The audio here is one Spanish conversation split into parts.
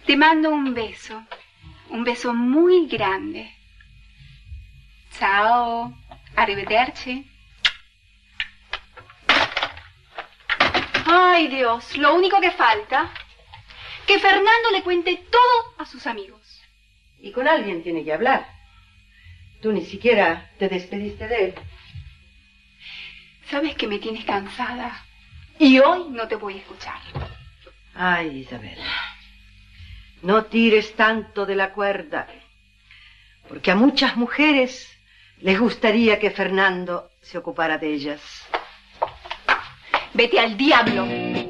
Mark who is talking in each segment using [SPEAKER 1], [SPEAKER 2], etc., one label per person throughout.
[SPEAKER 1] Te mando un beso muy grande. Chao, arrivederci. Ay, Dios, lo único que falta, que Fernando le cuente todo a sus amigos.
[SPEAKER 2] Y con alguien tiene que hablar. Tú ni siquiera te despediste de él.
[SPEAKER 1] Sabes que me tienes cansada y hoy no te voy a escuchar.
[SPEAKER 2] Ay, Isabel, no tires tanto de la cuerda, porque a muchas mujeres les gustaría que Fernando se ocupara de ellas.
[SPEAKER 1] Vete al diablo.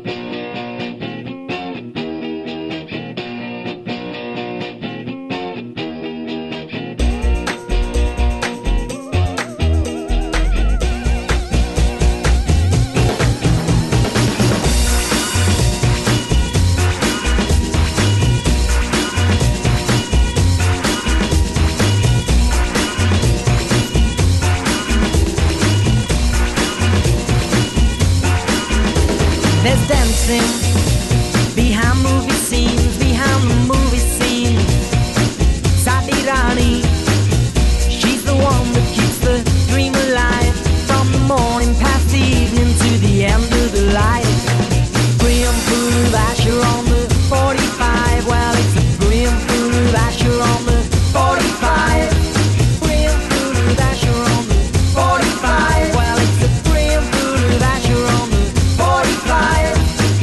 [SPEAKER 3] Behind movie scenes, behind the movie scene, Sadi Rani, she's the one that keeps the dream alive, from the morning past the evening to the end of the light. Brim food Asher on the 45, well it's a brim food Asher on the 45. Brim food Asher on the 45, well it's a brim food Asher on the 45.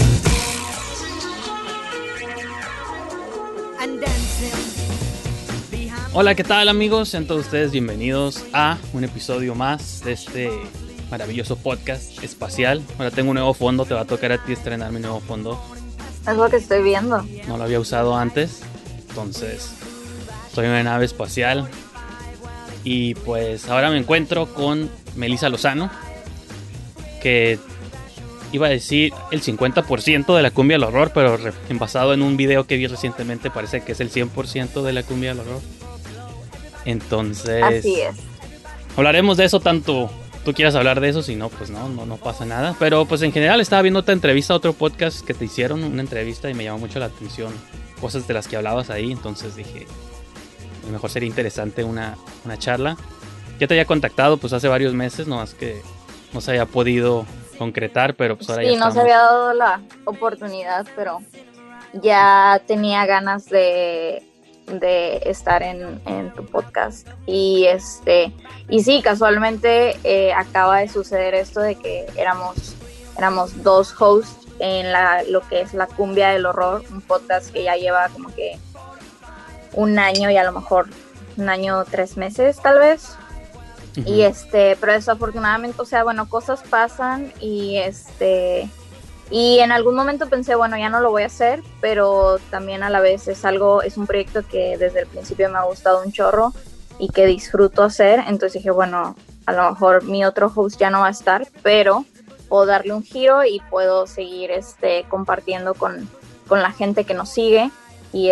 [SPEAKER 4] Hola, ¿qué tal amigos? Sean todos ustedes bienvenidos a un episodio más de este maravilloso podcast espacial. Ahora tengo un nuevo fondo, te va a tocar a ti estrenar mi nuevo fondo.
[SPEAKER 5] Es lo que estoy viendo.
[SPEAKER 4] No lo había usado antes, entonces estoy en una nave espacial. Y pues ahora me encuentro con Melissa Lozano, que iba a decir el 50% de la cumbia del horror, pero basado en un video que vi recientemente parece que es el 100% de la cumbia del horror. Entonces,
[SPEAKER 5] así es.
[SPEAKER 4] Hablaremos de eso, tanto tú quieras hablar de eso, si no, pues no pasa nada. Pero pues en general estaba viendo otra entrevista, otro podcast que te hicieron, una entrevista, y me llamó mucho la atención cosas de las que hablabas ahí. Entonces dije, a lo mejor sería interesante una charla. Ya te había contactado pues hace varios meses, nomás que no se había podido concretar, pero pues ahora
[SPEAKER 5] sí,
[SPEAKER 4] ya estamos.
[SPEAKER 5] No se había dado la oportunidad, pero ya tenía ganas de estar en tu podcast. Y sí, casualmente acaba de suceder esto de que éramos dos hosts en lo que es la cumbia del horror, un podcast que ya lleva como que un año y a lo mejor un año 3 meses tal vez. Uh-huh. Y pero desafortunadamente, o sea, bueno, cosas pasan y y en algún momento pensé, bueno, ya no lo voy a hacer, pero también a la vez es un proyecto que desde el principio me ha gustado un chorro y que disfruto hacer. Entonces dije, bueno, a lo mejor mi otro host ya no va a estar, pero puedo darle un giro y puedo seguir compartiendo con la gente que nos sigue y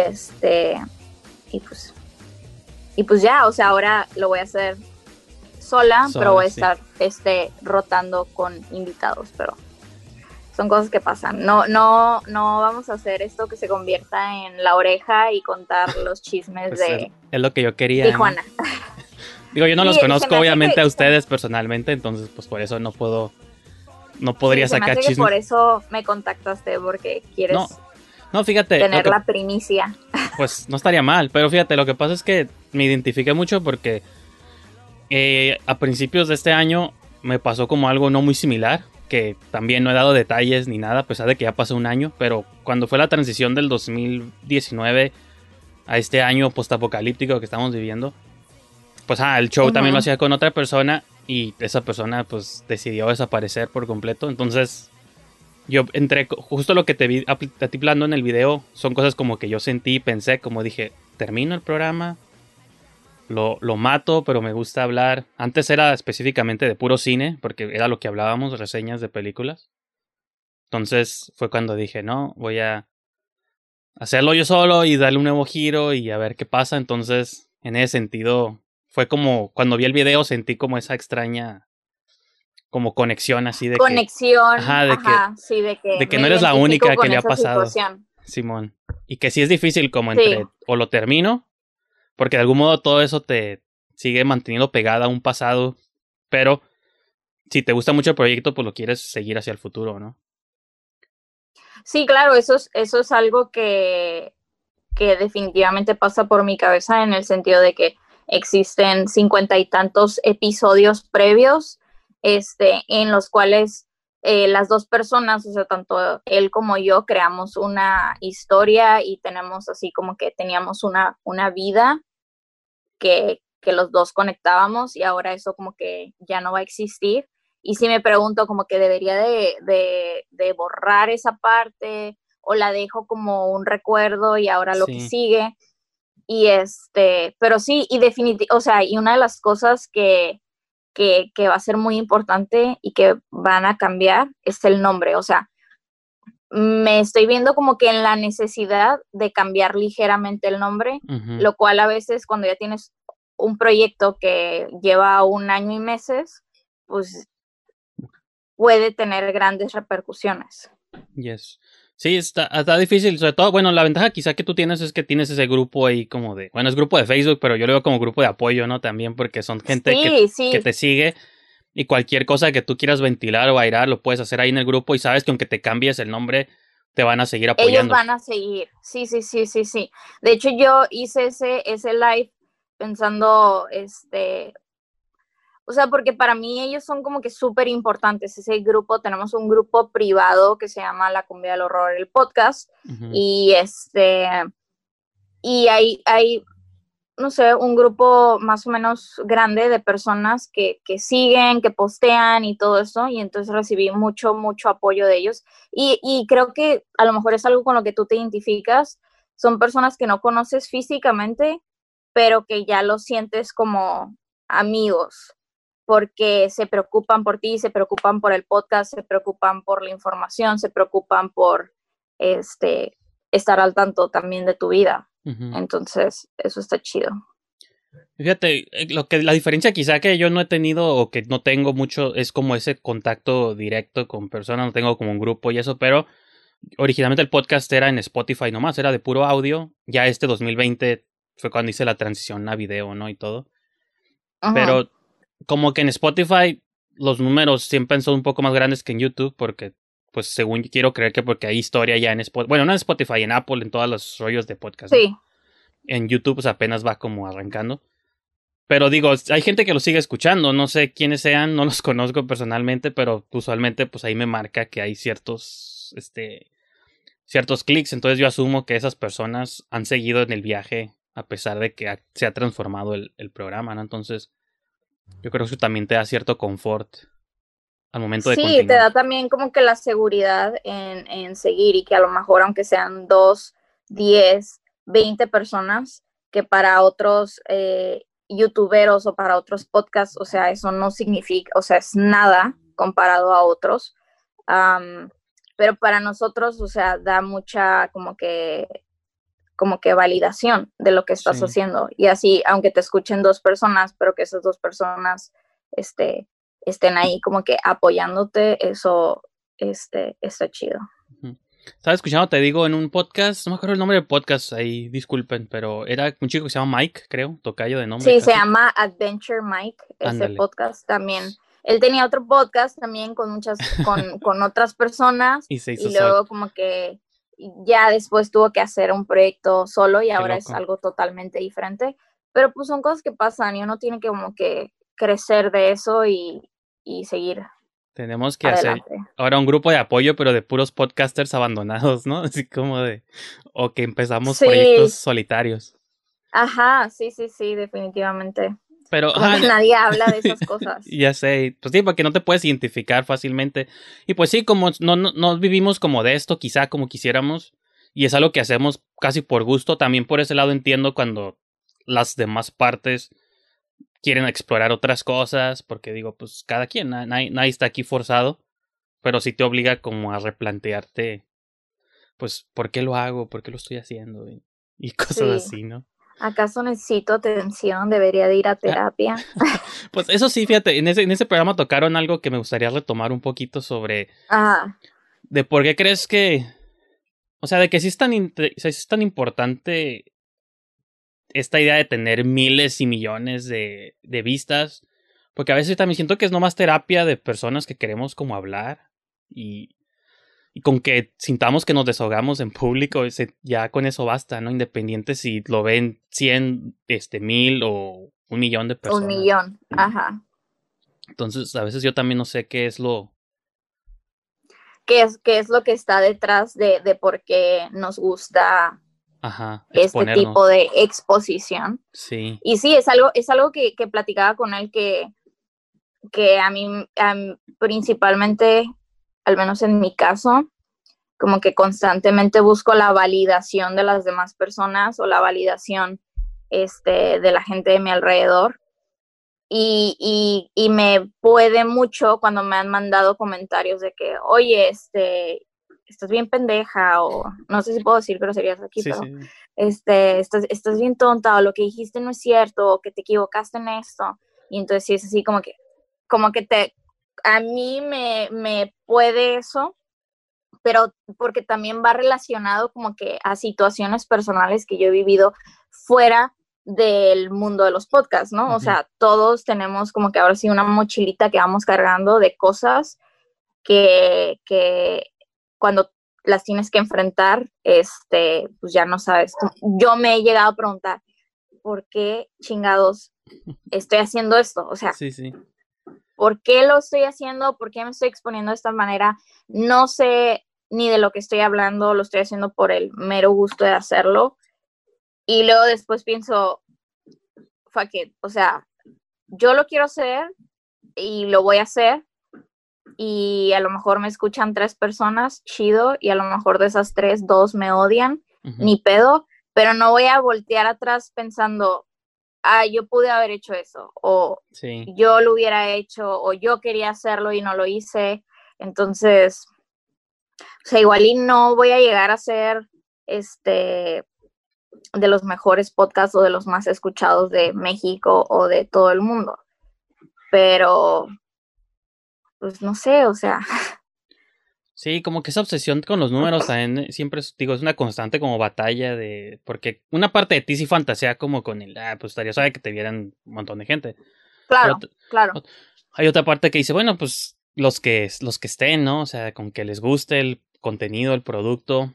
[SPEAKER 5] pues ya, o sea, ahora lo voy a hacer sola, pero voy a estar rotando con invitados, pero son cosas que pasan. No vamos a hacer esto que se convierta en La Oreja y contar los chismes pues
[SPEAKER 4] es lo que yo quería,
[SPEAKER 5] Tijuana.
[SPEAKER 4] ¿no? Digo, yo no los conozco obviamente a ustedes personalmente, entonces pues por eso no podría sacar chismes.
[SPEAKER 5] Por eso me contactaste, porque quieres
[SPEAKER 4] no, fíjate,
[SPEAKER 5] tener la primicia.
[SPEAKER 4] Pues no estaría mal, pero fíjate, lo que pasa es que me identifiqué mucho porque a principios de este año me pasó como algo no muy similar, que también no he dado detalles ni nada, a pesar de que ya pasó un año, pero cuando fue la transición del 2019 a este año postapocalíptico que estamos viviendo, pues el show uh-huh. También lo hacía con otra persona y esa persona pues decidió desaparecer por completo. Entonces yo entré, justo lo que te vi a ti hablando en el video, son cosas como que yo sentí y pensé, como dije, termino el programa, lo mato, pero me gusta hablar. Antes era específicamente de puro cine, porque era lo que hablábamos, reseñas de películas. Entonces fue cuando dije, no, voy a hacerlo yo solo y darle un nuevo giro y a ver qué pasa. Entonces, en ese sentido, fue como, cuando vi el video sentí como esa extraña como conexión así de
[SPEAKER 5] conexión,
[SPEAKER 4] que... de que no eres la única que le ha pasado. Simón. Y que sí es difícil como entre, o lo termino, porque de algún modo todo eso te sigue manteniendo pegada a un pasado, pero si te gusta mucho el proyecto, pues lo quieres seguir hacia el futuro, ¿no?
[SPEAKER 5] Sí, claro, eso es algo que definitivamente pasa por mi cabeza en el sentido de que existen 50 y tantos episodios previos, en los cuales las dos personas, o sea, tanto él como yo, creamos una historia y tenemos así como que teníamos una vida que los dos conectábamos y ahora eso como que ya no va a existir. Y sí me pregunto como que debería de borrar esa parte o la dejo como un recuerdo y ahora lo que sigue. Y pero sí, y definitivamente, o sea, y una de las cosas que va a ser muy importante y que van a cambiar es el nombre. O sea, me estoy viendo como que en la necesidad de cambiar ligeramente el nombre, lo cual a veces cuando ya tienes un proyecto que lleva 1 año y meses, pues puede tener grandes repercusiones.
[SPEAKER 4] Yes. Sí, está difícil, sobre todo, bueno, la ventaja quizá que tú tienes es que tienes ese grupo ahí como de, bueno, es grupo de Facebook, pero yo lo veo como grupo de apoyo, ¿no? También porque son gente que te sigue y cualquier cosa que tú quieras ventilar o airar lo puedes hacer ahí en el grupo y sabes que aunque te cambies el nombre, te van a seguir apoyando.
[SPEAKER 5] Ellos van a seguir, sí. De hecho, yo hice ese live pensando, o sea, porque para mí ellos son como que súper importantes. Ese grupo, tenemos un grupo privado que se llama La Cumbia del Horror, el podcast, y y hay, no sé, un grupo más o menos grande de personas que siguen, que postean y todo eso, y entonces recibí mucho apoyo de ellos, y creo que a lo mejor es algo con lo que tú te identificas. Son personas que no conoces físicamente, pero que ya los sientes como amigos, porque se preocupan por ti, se preocupan por el podcast, se preocupan por la información, se preocupan por estar al tanto también de tu vida. Entonces, eso está chido.
[SPEAKER 4] Fíjate, la diferencia quizá que yo no he tenido o que no tengo mucho es como ese contacto directo con personas, no tengo como un grupo y eso, pero originalmente el podcast era en Spotify nomás, era de puro audio. Ya 2020 fue cuando hice la transición a video, ¿no? Y todo. Pero como que en Spotify los números siempre son un poco más grandes que en YouTube porque, pues según quiero creer que porque hay historia ya en Spotify, bueno, no en Spotify, en Apple, en todos los rollos de podcast, ¿no?
[SPEAKER 5] Sí.
[SPEAKER 4] En YouTube pues apenas va como arrancando. Pero digo, hay gente que lo sigue escuchando, no sé quiénes sean, no los conozco personalmente, pero usualmente pues ahí me marca que hay ciertos clics, entonces yo asumo que esas personas han seguido en el viaje a pesar de que se ha transformado el programa, ¿no? Entonces yo creo que eso también te da cierto confort al momento de continuar.
[SPEAKER 5] Sí, te da también como que la seguridad en seguir y que a lo mejor aunque sean 2, 10, 20 personas, que para otros youtuberos o para otros podcasts, o sea, eso no significa, o sea, es nada comparado a otros, pero para nosotros, o sea, da mucha como que validación de lo que estás haciendo, y así, aunque te escuchen 2 personas, pero que esas 2 personas estén ahí como que apoyándote, eso está chido.
[SPEAKER 4] Estaba escuchando, te digo, en un podcast, no me acuerdo el nombre del podcast, ahí disculpen, pero era un chico que se llama Mike, creo, tocayo de nombre.
[SPEAKER 5] Sí, casi. Se llama Adventure Mike, ese podcast también. Él tenía otro podcast también con con otras personas, y luego como que ya después tuvo que hacer un proyecto solo y ahora es algo totalmente diferente, pero pues son cosas que pasan y uno tiene que como que crecer de eso y seguir.
[SPEAKER 4] Tenemos que hacer ahora un grupo de apoyo, pero de puros podcasters abandonados, ¿no? Así como o que empezamos proyectos solitarios.
[SPEAKER 5] Ajá, sí, definitivamente.
[SPEAKER 4] Pero
[SPEAKER 5] como que nadie habla de esas cosas.
[SPEAKER 4] Ya sé, pues sí, porque no te puedes identificar fácilmente. Y pues sí, como no vivimos como de esto, quizá como quisiéramos, y es algo que hacemos casi por gusto, también por ese lado entiendo cuando las demás partes quieren explorar otras cosas, porque digo, pues cada quien, nadie está aquí forzado, pero sí te obliga como a replantearte, pues, ¿por qué lo hago? ¿Por qué lo estoy haciendo? Y cosas así, ¿no?
[SPEAKER 5] ¿Acaso necesito atención? ¿Debería de ir a terapia?
[SPEAKER 4] Pues eso sí, fíjate, en ese programa tocaron algo que me gustaría retomar un poquito sobre de por qué crees que, O sea, de que sí es tan, o sea, sí es tan importante esta idea de tener miles y millones de vistas. Porque a veces también siento que es nomás terapia de personas que queremos como hablar. Y con que sintamos que nos desahogamos en público, ya con eso basta, ¿no? Independiente si lo ven 100, 1000 o 1,000,000 de personas.
[SPEAKER 5] 1,000,000, ajá.
[SPEAKER 4] Entonces, a veces yo también no sé qué es lo...
[SPEAKER 5] ¿Qué es lo que está detrás de por qué nos gusta este tipo de exposición?
[SPEAKER 4] Sí.
[SPEAKER 5] Y sí, es algo que platicaba con él que a mí principalmente, al menos en mi caso, como que constantemente busco la validación de las demás personas o la validación de la gente de mi alrededor. Y me puede mucho cuando me han mandado comentarios de que, oye, estás bien pendeja, o no sé si puedo decir groserías aquí,
[SPEAKER 4] sí,
[SPEAKER 5] pero
[SPEAKER 4] sí.
[SPEAKER 5] Estás bien tonta, o lo que dijiste no es cierto, o que te equivocaste en esto. Y entonces sí es así como que a mí me puede eso, pero porque también va relacionado como que a situaciones personales que yo he vivido fuera del mundo de los podcasts, ¿no? Uh-huh. O sea, todos tenemos como que ahora sí una mochilita que vamos cargando de cosas que cuando las tienes que enfrentar, pues ya no sabes. Yo me he llegado a preguntar, ¿por qué chingados estoy haciendo esto? O sea,
[SPEAKER 4] sí.
[SPEAKER 5] ¿Por qué lo estoy haciendo? ¿Por qué me estoy exponiendo de esta manera? No sé ni de lo que estoy hablando, lo estoy haciendo por el mero gusto de hacerlo. Y luego después pienso, fuck it, o sea, yo lo quiero hacer y lo voy a hacer, y a lo mejor me escuchan 3 personas, chido, y a lo mejor de esas 3, 2 me odian, uh-huh. Ni pedo, pero no voy a voltear atrás pensando, yo pude haber hecho eso, o sí. Yo lo hubiera hecho, o yo quería hacerlo y no lo hice. Entonces, o sea, igual y no voy a llegar a ser de los mejores podcasts o de los más escuchados de México o de todo el mundo, pero pues no sé, o sea.
[SPEAKER 4] Sí, como que esa obsesión con los números también siempre es una constante como batalla porque una parte de ti sí fantasea como con pues estaría suave que te vieran un montón de gente.
[SPEAKER 5] Claro, claro.
[SPEAKER 4] Hay otra parte que dice, bueno, pues los que estén, ¿no? O sea, con que les guste el contenido, el producto,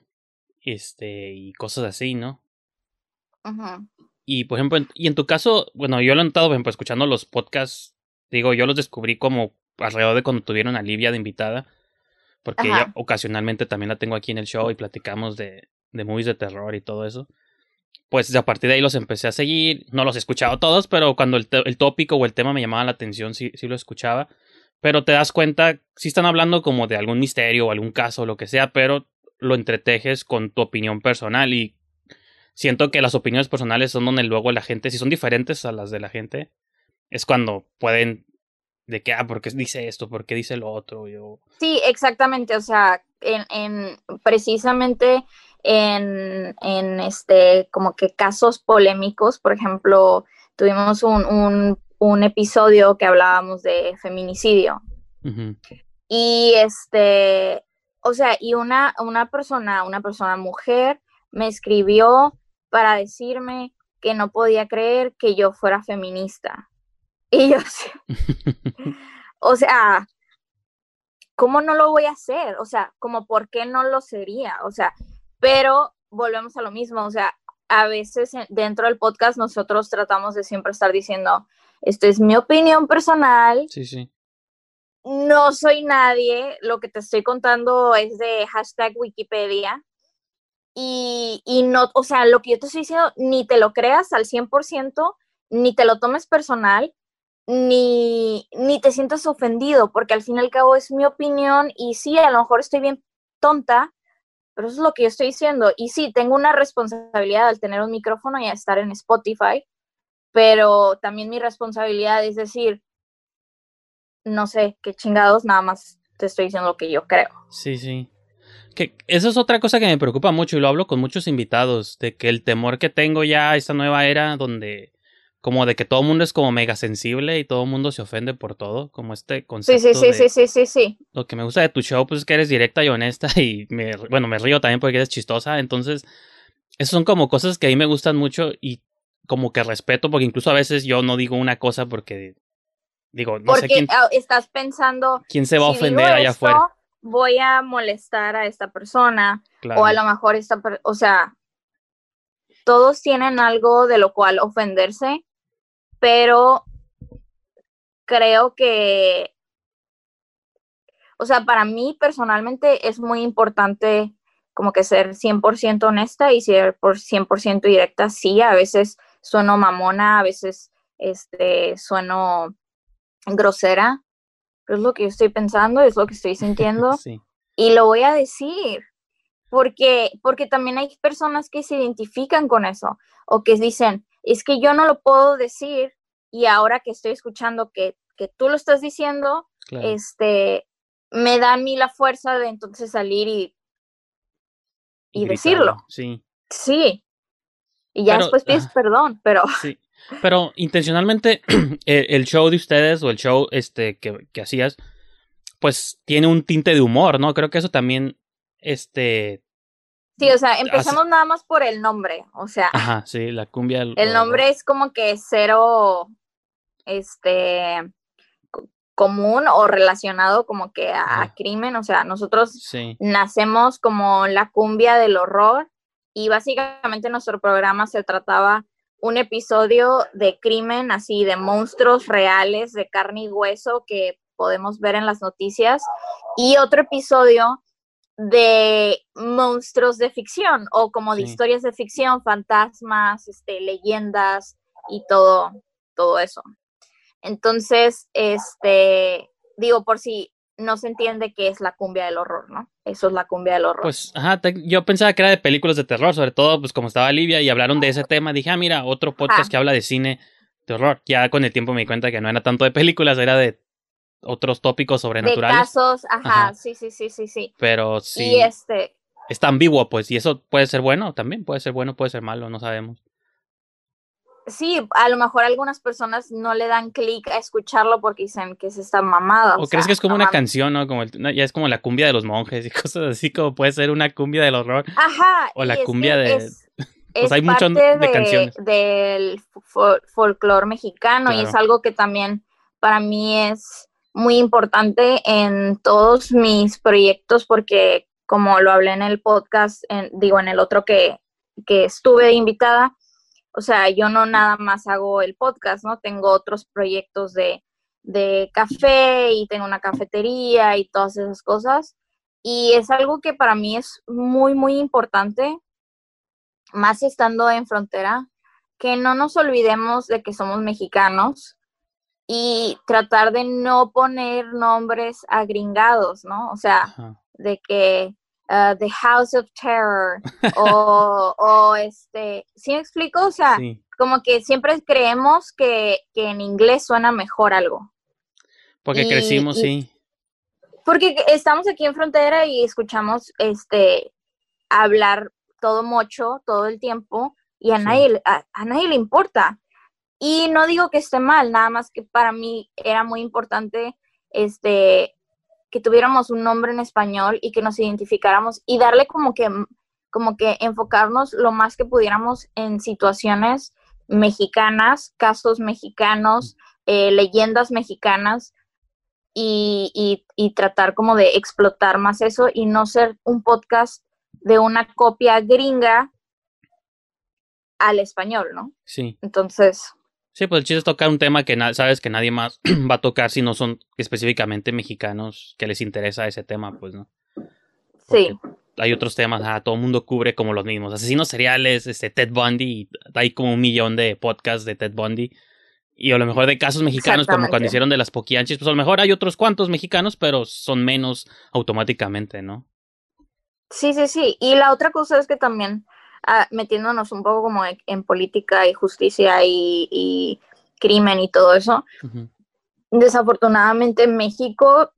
[SPEAKER 4] y cosas así, ¿no?
[SPEAKER 5] Uh-huh.
[SPEAKER 4] Y por ejemplo, en tu caso, bueno, yo lo he notado, por ejemplo, escuchando los podcasts, digo, yo los descubrí como alrededor de cuando tuvieron a Livia de invitada. Porque ella ocasionalmente también la tengo aquí en el show y platicamos de movies de terror y todo eso. Pues a partir de ahí los empecé a seguir. No los he escuchado todos, pero cuando el tópico o el tema me llamaba la atención, sí lo escuchaba. Pero te das cuenta, sí están hablando como de algún misterio o algún caso o lo que sea, pero lo entretejes con tu opinión personal. Y siento que las opiniones personales son donde luego la gente, si son diferentes a las de la gente, es cuando pueden... de que, ¿por qué dice esto? ¿Por qué dice lo otro?
[SPEAKER 5] Sí, exactamente, o sea, precisamente en como que casos polémicos, por ejemplo, tuvimos un episodio que hablábamos de feminicidio.
[SPEAKER 4] Uh-huh.
[SPEAKER 5] Y o sea, y una persona mujer me escribió para decirme que no podía creer que yo fuera feminista. Y yo, o sea, ¿cómo no lo voy a hacer? O sea, como ¿por qué no lo sería? O sea, pero volvemos a lo mismo, o sea, a veces dentro del podcast nosotros tratamos de siempre estar diciendo, esto es mi opinión personal.
[SPEAKER 4] Sí.
[SPEAKER 5] No soy nadie, lo que te estoy contando es de #Wikipedia. Y no, o sea, lo que yo te estoy diciendo, ni te lo creas al 100%, ni te lo tomes personal, ni te sientas ofendido, porque al fin y al cabo es mi opinión, y sí, a lo mejor estoy bien tonta, pero eso es lo que yo estoy diciendo. Y sí, tengo una responsabilidad al tener un micrófono y a estar en Spotify, pero también mi responsabilidad es decir, no sé, qué chingados, nada más te estoy diciendo lo que yo creo.
[SPEAKER 4] Sí. Que eso es otra cosa que me preocupa mucho y lo hablo con muchos invitados, de que el temor que tengo ya a esta nueva era donde como de que todo el mundo es como mega sensible y todo el mundo se ofende por todo, como este
[SPEAKER 5] Sí,
[SPEAKER 4] concepto
[SPEAKER 5] sí, sí, sí, sí, sí.
[SPEAKER 4] Lo que me gusta de tu show, pues es que eres directa y honesta y me río también porque eres chistosa, entonces esas son como cosas que a mí me gustan mucho y como que respeto, porque incluso a veces yo no digo una cosa porque digo, no sé
[SPEAKER 5] Porque estás pensando,
[SPEAKER 4] quién se va a
[SPEAKER 5] si digo
[SPEAKER 4] ofender allá
[SPEAKER 5] esto,
[SPEAKER 4] afuera.
[SPEAKER 5] voy a molestar a esta persona,
[SPEAKER 4] Claro.
[SPEAKER 5] o a lo mejor o sea, todos tienen algo de lo cual ofenderse, pero creo que, o sea, para mí personalmente es muy importante como que ser 100% honesta y ser por 100% directa. Sí, a veces sueno mamona, a veces sueno grosera, pero es lo que yo estoy pensando, es lo que estoy sintiendo
[SPEAKER 4] Sí.
[SPEAKER 5] y lo voy a decir. Porque también hay personas que se identifican con eso o que dicen, es que yo no lo puedo decir y ahora que estoy escuchando que tú lo estás diciendo,
[SPEAKER 4] Claro.
[SPEAKER 5] me da a mí la fuerza de entonces salir y decirlo.
[SPEAKER 4] Sí.
[SPEAKER 5] Sí. Y ya
[SPEAKER 4] Pero,
[SPEAKER 5] después pides perdón, pero...
[SPEAKER 4] Sí. Pero intencionalmente el show de ustedes o el show que hacías, pues tiene un tinte de humor, ¿no? Creo que eso también,
[SPEAKER 5] Sí, o sea, empezamos nada más por el nombre, o sea,
[SPEAKER 4] Ajá, sí, la cumbia.
[SPEAKER 5] el nombre es como que cero, común o relacionado como que a crimen, o sea, nosotros
[SPEAKER 4] sí.
[SPEAKER 5] nacemos como la cumbia del horror y básicamente nuestro programa se trataba un episodio de crimen, así de monstruos reales de carne y hueso que podemos ver en las noticias y otro episodio de monstruos de ficción o como de historias de ficción, fantasmas, leyendas y todo eso. Entonces, digo, por si no se entiende qué es la cumbia del horror, ¿no? Eso es la cumbia del horror.
[SPEAKER 4] Pues, ajá, yo pensaba que era de películas de terror, sobre todo, pues como estaba Livia y hablaron de ese tema, dije, mira, otro podcast que habla de cine de horror. Ya con el tiempo me di cuenta que no era tanto de películas, era de otros tópicos sobrenaturales.
[SPEAKER 5] De casos, ajá. Sí.
[SPEAKER 4] Pero sí,
[SPEAKER 5] y
[SPEAKER 4] está ambiguo, pues, y eso puede ser bueno también, puede ser bueno, puede ser malo, no sabemos.
[SPEAKER 5] Sí, a lo mejor algunas personas no le dan clic a escucharlo porque dicen que es esta mamada.
[SPEAKER 4] O crees que es como una canción, ¿no? Como ya es como la cumbia de los monjes y cosas así, como puede ser una cumbia del horror.
[SPEAKER 5] Ajá,
[SPEAKER 4] o
[SPEAKER 5] y
[SPEAKER 4] la
[SPEAKER 5] es
[SPEAKER 4] cumbia
[SPEAKER 5] que
[SPEAKER 4] de...
[SPEAKER 5] es
[SPEAKER 4] hay mucho
[SPEAKER 5] parte
[SPEAKER 4] de canciones.
[SPEAKER 5] del folclore mexicano,
[SPEAKER 4] Claro.
[SPEAKER 5] y es algo que también para mí es muy importante en todos mis proyectos porque como lo hablé en el podcast, en el otro que estuve invitada, o sea, yo no nada más hago el podcast, ¿no? Tengo otros proyectos de café y tengo una cafetería y todas esas cosas. Y es algo que para mí es muy, muy importante, más estando en frontera, que no nos olvidemos de que somos mexicanos y tratar de no poner nombres agringados, ¿no? O sea, de que The House of Terror o ¿sí me explico? O sea, como que siempre creemos que en inglés suena mejor algo.
[SPEAKER 4] Porque crecimos, sí.
[SPEAKER 5] Porque estamos aquí en frontera y escuchamos hablar todo mocho todo el tiempo y a nadie le importa. Y no digo que esté mal, nada más que para mí era muy importante que tuviéramos un nombre en español y que nos identificáramos y darle como que enfocarnos lo más que pudiéramos en situaciones mexicanas, casos mexicanos, leyendas mexicanas y tratar como de explotar más eso y no ser un podcast de una copia gringa al español, ¿no?
[SPEAKER 4] Sí.
[SPEAKER 5] Entonces...
[SPEAKER 4] Sí, pues el chiste es tocar un tema que sabes que nadie más va a tocar si no son específicamente mexicanos que les interesa ese tema, pues, ¿no? Porque
[SPEAKER 5] sí.
[SPEAKER 4] Hay otros temas, todo el mundo cubre como los mismos. Asesinos seriales, Ted Bundy, hay como 1 millón de podcasts de Ted Bundy. Y a lo mejor de casos mexicanos, como cuando hicieron de las Poquianchis, pues a lo mejor hay otros cuantos mexicanos, pero son menos automáticamente, ¿no?
[SPEAKER 5] Sí. Y la otra cosa es que también, metiéndonos un poco como en política y justicia y crimen y todo eso, desafortunadamente en México,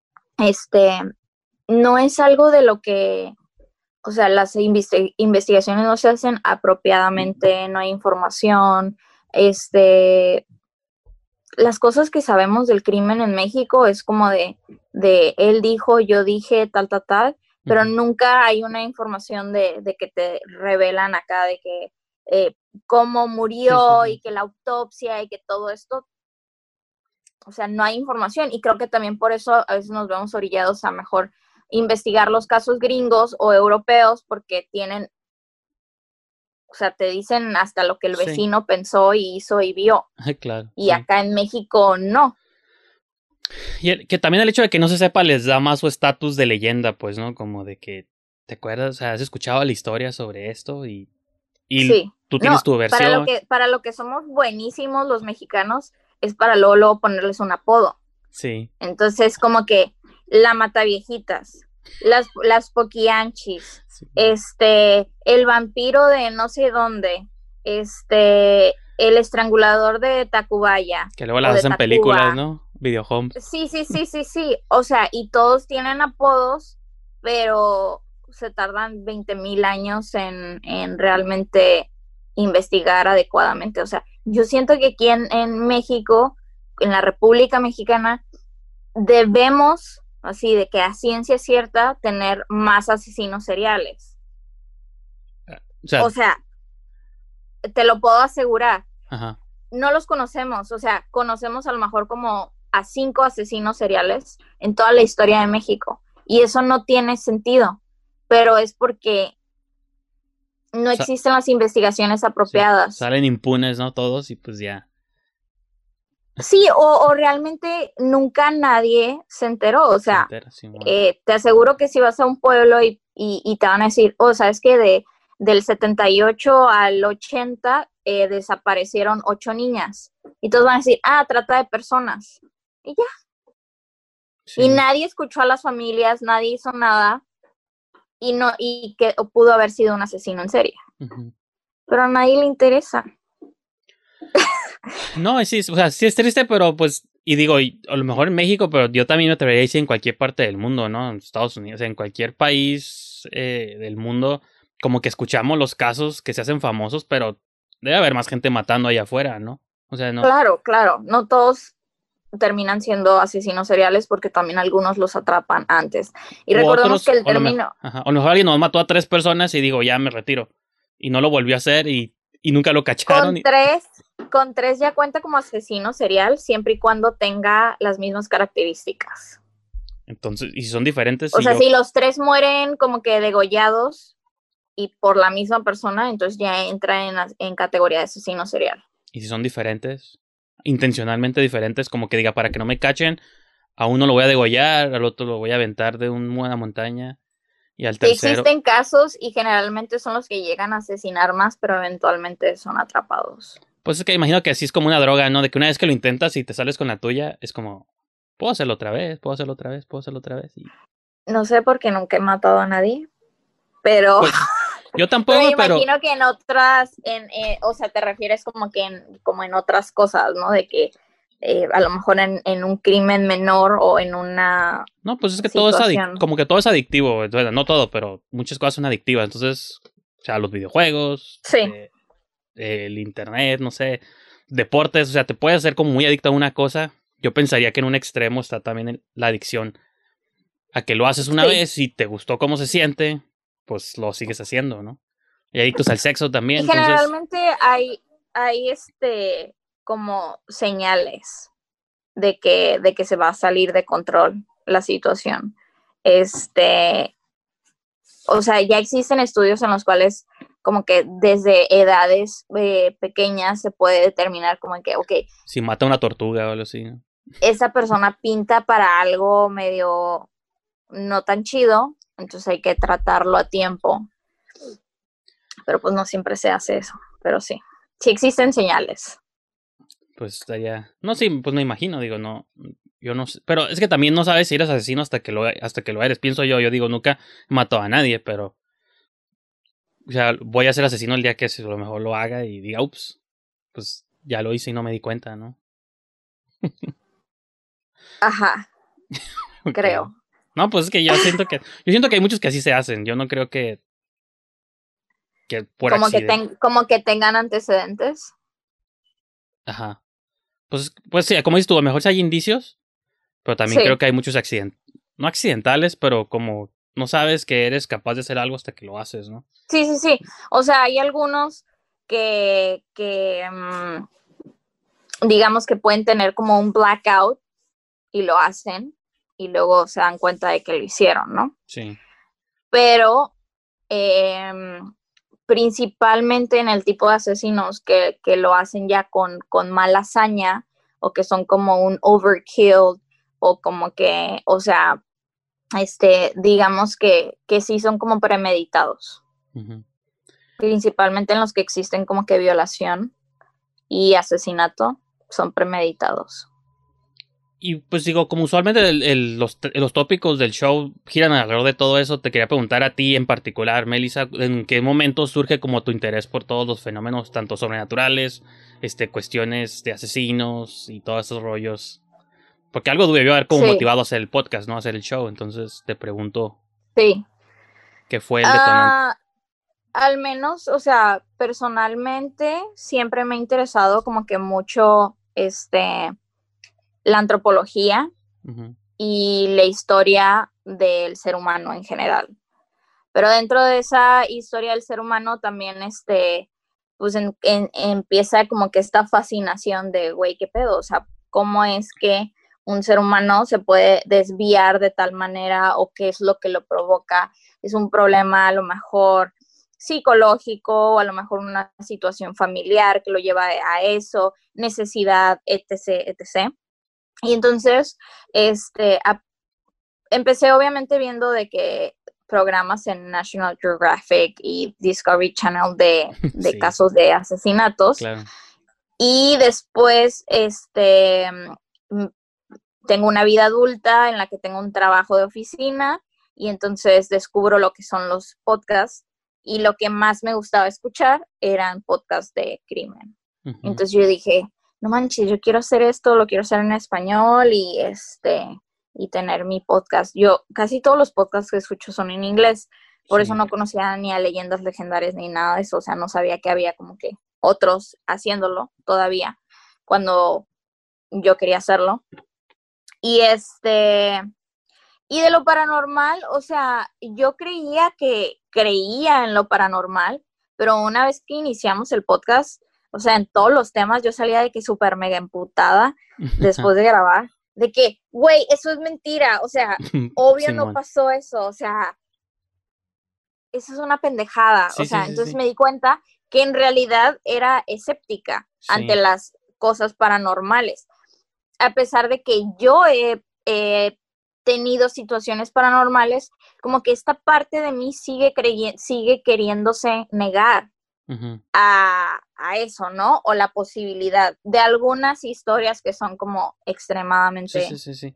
[SPEAKER 5] no es algo de lo que, o sea, las investigaciones no se hacen apropiadamente, no hay información, las cosas que sabemos del crimen en México es como de él dijo, yo dije, tal, pero nunca hay una información de que te revelan acá de que cómo murió y que la autopsia y que todo esto. O sea, no hay información y creo que también por eso a veces nos vemos orillados a mejor investigar los casos gringos o europeos porque tienen, o sea, te dicen hasta lo que el vecino pensó y hizo y vio.
[SPEAKER 4] Claro.
[SPEAKER 5] Y acá en México no.
[SPEAKER 4] Y que también el hecho de que no se sepa les da más su estatus de leyenda, pues, ¿no? Como de que, ¿te acuerdas? O sea, has escuchado la historia sobre esto y
[SPEAKER 5] sí.
[SPEAKER 4] Tú tienes tu versión.
[SPEAKER 5] Para lo que somos buenísimos los mexicanos es para luego ponerles un apodo.
[SPEAKER 4] Sí.
[SPEAKER 5] Entonces, como que la Mataviejitas, las Poquianchis, sí. El vampiro de no sé dónde, el estrangulador de Tacubaya.
[SPEAKER 4] Que luego las hacen películas, ¿no? Videohome.
[SPEAKER 5] Sí. O sea, y todos tienen apodos, pero se tardan 20,000 años en realmente investigar adecuadamente. O sea, yo siento que aquí en México, en la República Mexicana, debemos, así de que a ciencia cierta, tener más asesinos seriales. O sea, te lo puedo asegurar.
[SPEAKER 4] Ajá.
[SPEAKER 5] No los conocemos, o sea, conocemos a lo mejor como a 5 asesinos seriales en toda la historia de México. Y eso no tiene sentido, pero es porque no existen las investigaciones apropiadas.
[SPEAKER 4] Sí, salen impunes, ¿no? Todos y pues ya.
[SPEAKER 5] Sí, o realmente nunca nadie se enteró, o sea, te aseguro que si vas a un pueblo y te van a decir, ¿sabes qué? Del 78 al 80 desaparecieron 8 niñas. Y todos van a decir, trata de personas. Y ya. Sí. Y nadie escuchó a las familias, nadie hizo nada. Y que pudo haber sido un asesino en serie. Uh-huh. Pero a nadie le interesa.
[SPEAKER 4] No, sí, o sea, sí es triste, pero pues, y digo, a lo mejor en México, pero yo también me atrevería a decir en cualquier parte del mundo, ¿no? En Estados Unidos, en cualquier país del mundo, como que escuchamos los casos que se hacen famosos, pero debe haber más gente matando allá afuera, ¿no? O sea, no.
[SPEAKER 5] Claro, no todos terminan siendo asesinos seriales porque también algunos los atrapan antes. Y recordemos que el término...
[SPEAKER 4] A lo mejor alguien nos mató a 3 personas y digo, ya me retiro. Y no lo volvió a hacer y nunca lo cacharon.
[SPEAKER 5] Con 3 ya cuenta como asesino serial siempre y cuando tenga las mismas características.
[SPEAKER 4] Entonces, ¿y si son diferentes?
[SPEAKER 5] O sea, si los 3 mueren como que degollados y por la misma persona, entonces ya entra en categoría de asesino serial.
[SPEAKER 4] ¿Y si son diferentes? Intencionalmente diferentes, como que diga, para que no me cachen, a uno lo voy a degollar, al otro lo voy a aventar de una montaña y al tercero...
[SPEAKER 5] Sí existen casos y generalmente son los que llegan a asesinar más, pero eventualmente son atrapados.
[SPEAKER 4] Pues es que imagino que así es como una droga, ¿no? De que una vez que lo intentas y te sales con la tuya, es como, puedo hacerlo otra vez. Y...
[SPEAKER 5] No sé por qué nunca he matado a nadie, pero...
[SPEAKER 4] Pues, yo tampoco,
[SPEAKER 5] pero imagino que en otras, o sea, te refieres como que en otras cosas, ¿no? De que a lo mejor en un crimen menor o en una
[SPEAKER 4] No, pues es que todo es como que todo es adictivo, entonces, no todo, pero muchas cosas son adictivas, entonces, o sea, los videojuegos,
[SPEAKER 5] sí.
[SPEAKER 4] El internet, no sé, deportes, o sea, te puedes hacer como muy adicto a una cosa. Yo pensaría que en un extremo está también la adicción a que lo haces una vez y te gustó cómo se siente, pues lo sigues haciendo, ¿no? Y adictos al sexo también.
[SPEAKER 5] Y generalmente hay como señales de que se va a salir de control la situación. O sea, ya existen estudios en los cuales como que desde edades pequeñas se puede determinar como que, ok,
[SPEAKER 4] si mata una tortuga o algo así, ¿no?
[SPEAKER 5] Esa persona pinta para algo medio no tan chido, entonces hay que tratarlo a tiempo. Pero pues no siempre se hace eso, pero sí existen señales.
[SPEAKER 4] Pues estaría, no, sí, pues me imagino, digo, no, yo no sé, pero es que también no sabes si eres asesino hasta que lo eres, pienso yo digo, nunca mató a nadie, pero, o sea, voy a ser asesino el día que a lo mejor lo haga y diga, ups, pues ya lo hice y no me di cuenta, ¿no?
[SPEAKER 5] Ajá, okay. Creo.
[SPEAKER 4] No, pues es que yo siento que hay muchos que así se hacen, yo no creo que por
[SPEAKER 5] como
[SPEAKER 4] accidente.
[SPEAKER 5] Como que tengan antecedentes.
[SPEAKER 4] Ajá. Pues sí, como dices tú, a lo mejor sí hay indicios, pero también
[SPEAKER 5] Sí.
[SPEAKER 4] creo que hay muchos no accidentales, pero como no sabes que eres capaz de hacer algo hasta que lo haces, ¿no?
[SPEAKER 5] Sí. O sea, hay algunos que digamos que pueden tener como un blackout y lo hacen y luego se dan cuenta de que lo hicieron, ¿no?
[SPEAKER 4] Sí.
[SPEAKER 5] Pero principalmente en el tipo de asesinos que lo hacen ya con mala hazaña o que son como un overkill o como que, o sea, digamos que sí son como premeditados.
[SPEAKER 4] Uh-huh.
[SPEAKER 5] Principalmente en los que existen como que violación y asesinato son premeditados.
[SPEAKER 4] Y pues digo, como usualmente los tópicos del show giran alrededor de todo eso, te quería preguntar a ti en particular, Melissa, ¿en qué momento surge como tu interés por todos los fenómenos, tanto sobrenaturales, cuestiones de asesinos y todos esos rollos? Porque algo debió haber como
[SPEAKER 5] Sí,
[SPEAKER 4] motivado a hacer el podcast, ¿no? A hacer el show, entonces te pregunto
[SPEAKER 5] sí.
[SPEAKER 4] qué fue el detonante.
[SPEAKER 5] Al menos, o sea, personalmente siempre me ha interesado como que mucho la antropología
[SPEAKER 4] Uh-huh.
[SPEAKER 5] y la historia del ser humano en general. Pero dentro de esa historia del ser humano también pues empieza como que esta fascinación de, güey, ¿qué pedo? O sea, ¿cómo es que un ser humano se puede desviar de tal manera o qué es lo que lo provoca? Es un problema a lo mejor psicológico o a lo mejor una situación familiar que lo lleva a eso, necesidad, etc. Y entonces, empecé obviamente viendo de que programas en National Geographic y Discovery Channel de
[SPEAKER 4] Sí,
[SPEAKER 5] casos de asesinatos.
[SPEAKER 4] claro.
[SPEAKER 5] Y después, tengo una vida adulta en la que tengo un trabajo de oficina y entonces descubro lo que son los podcasts y lo que más me gustaba escuchar eran podcasts de crimen.
[SPEAKER 4] Uh-huh.
[SPEAKER 5] Entonces yo dije, no manches, yo quiero hacer esto, lo quiero hacer en español y y tener mi podcast. Yo casi todos los podcasts que escucho son en inglés, por eso no conocía ni a Leyendas Legendarias ni nada de eso, o sea, no sabía que había como que otros haciéndolo todavía cuando yo quería hacerlo. Y y de lo paranormal, o sea, yo creía en lo paranormal, pero una vez que iniciamos el podcast, o sea, en todos los temas yo salía de que súper mega emputada después de grabar, de que, güey, eso es mentira, o sea, obvio no pasó eso, o sea, eso es una pendejada,
[SPEAKER 4] Sí,
[SPEAKER 5] o sea,
[SPEAKER 4] sí,
[SPEAKER 5] entonces
[SPEAKER 4] sí.
[SPEAKER 5] me di cuenta que en realidad era escéptica ante las cosas paranormales, a pesar de que yo he tenido situaciones paranormales, como que esta parte de mí sigue queriéndose negar
[SPEAKER 4] Uh-huh.
[SPEAKER 5] a eso, ¿no? O la posibilidad de algunas historias que son como extremadamente,
[SPEAKER 4] Sí.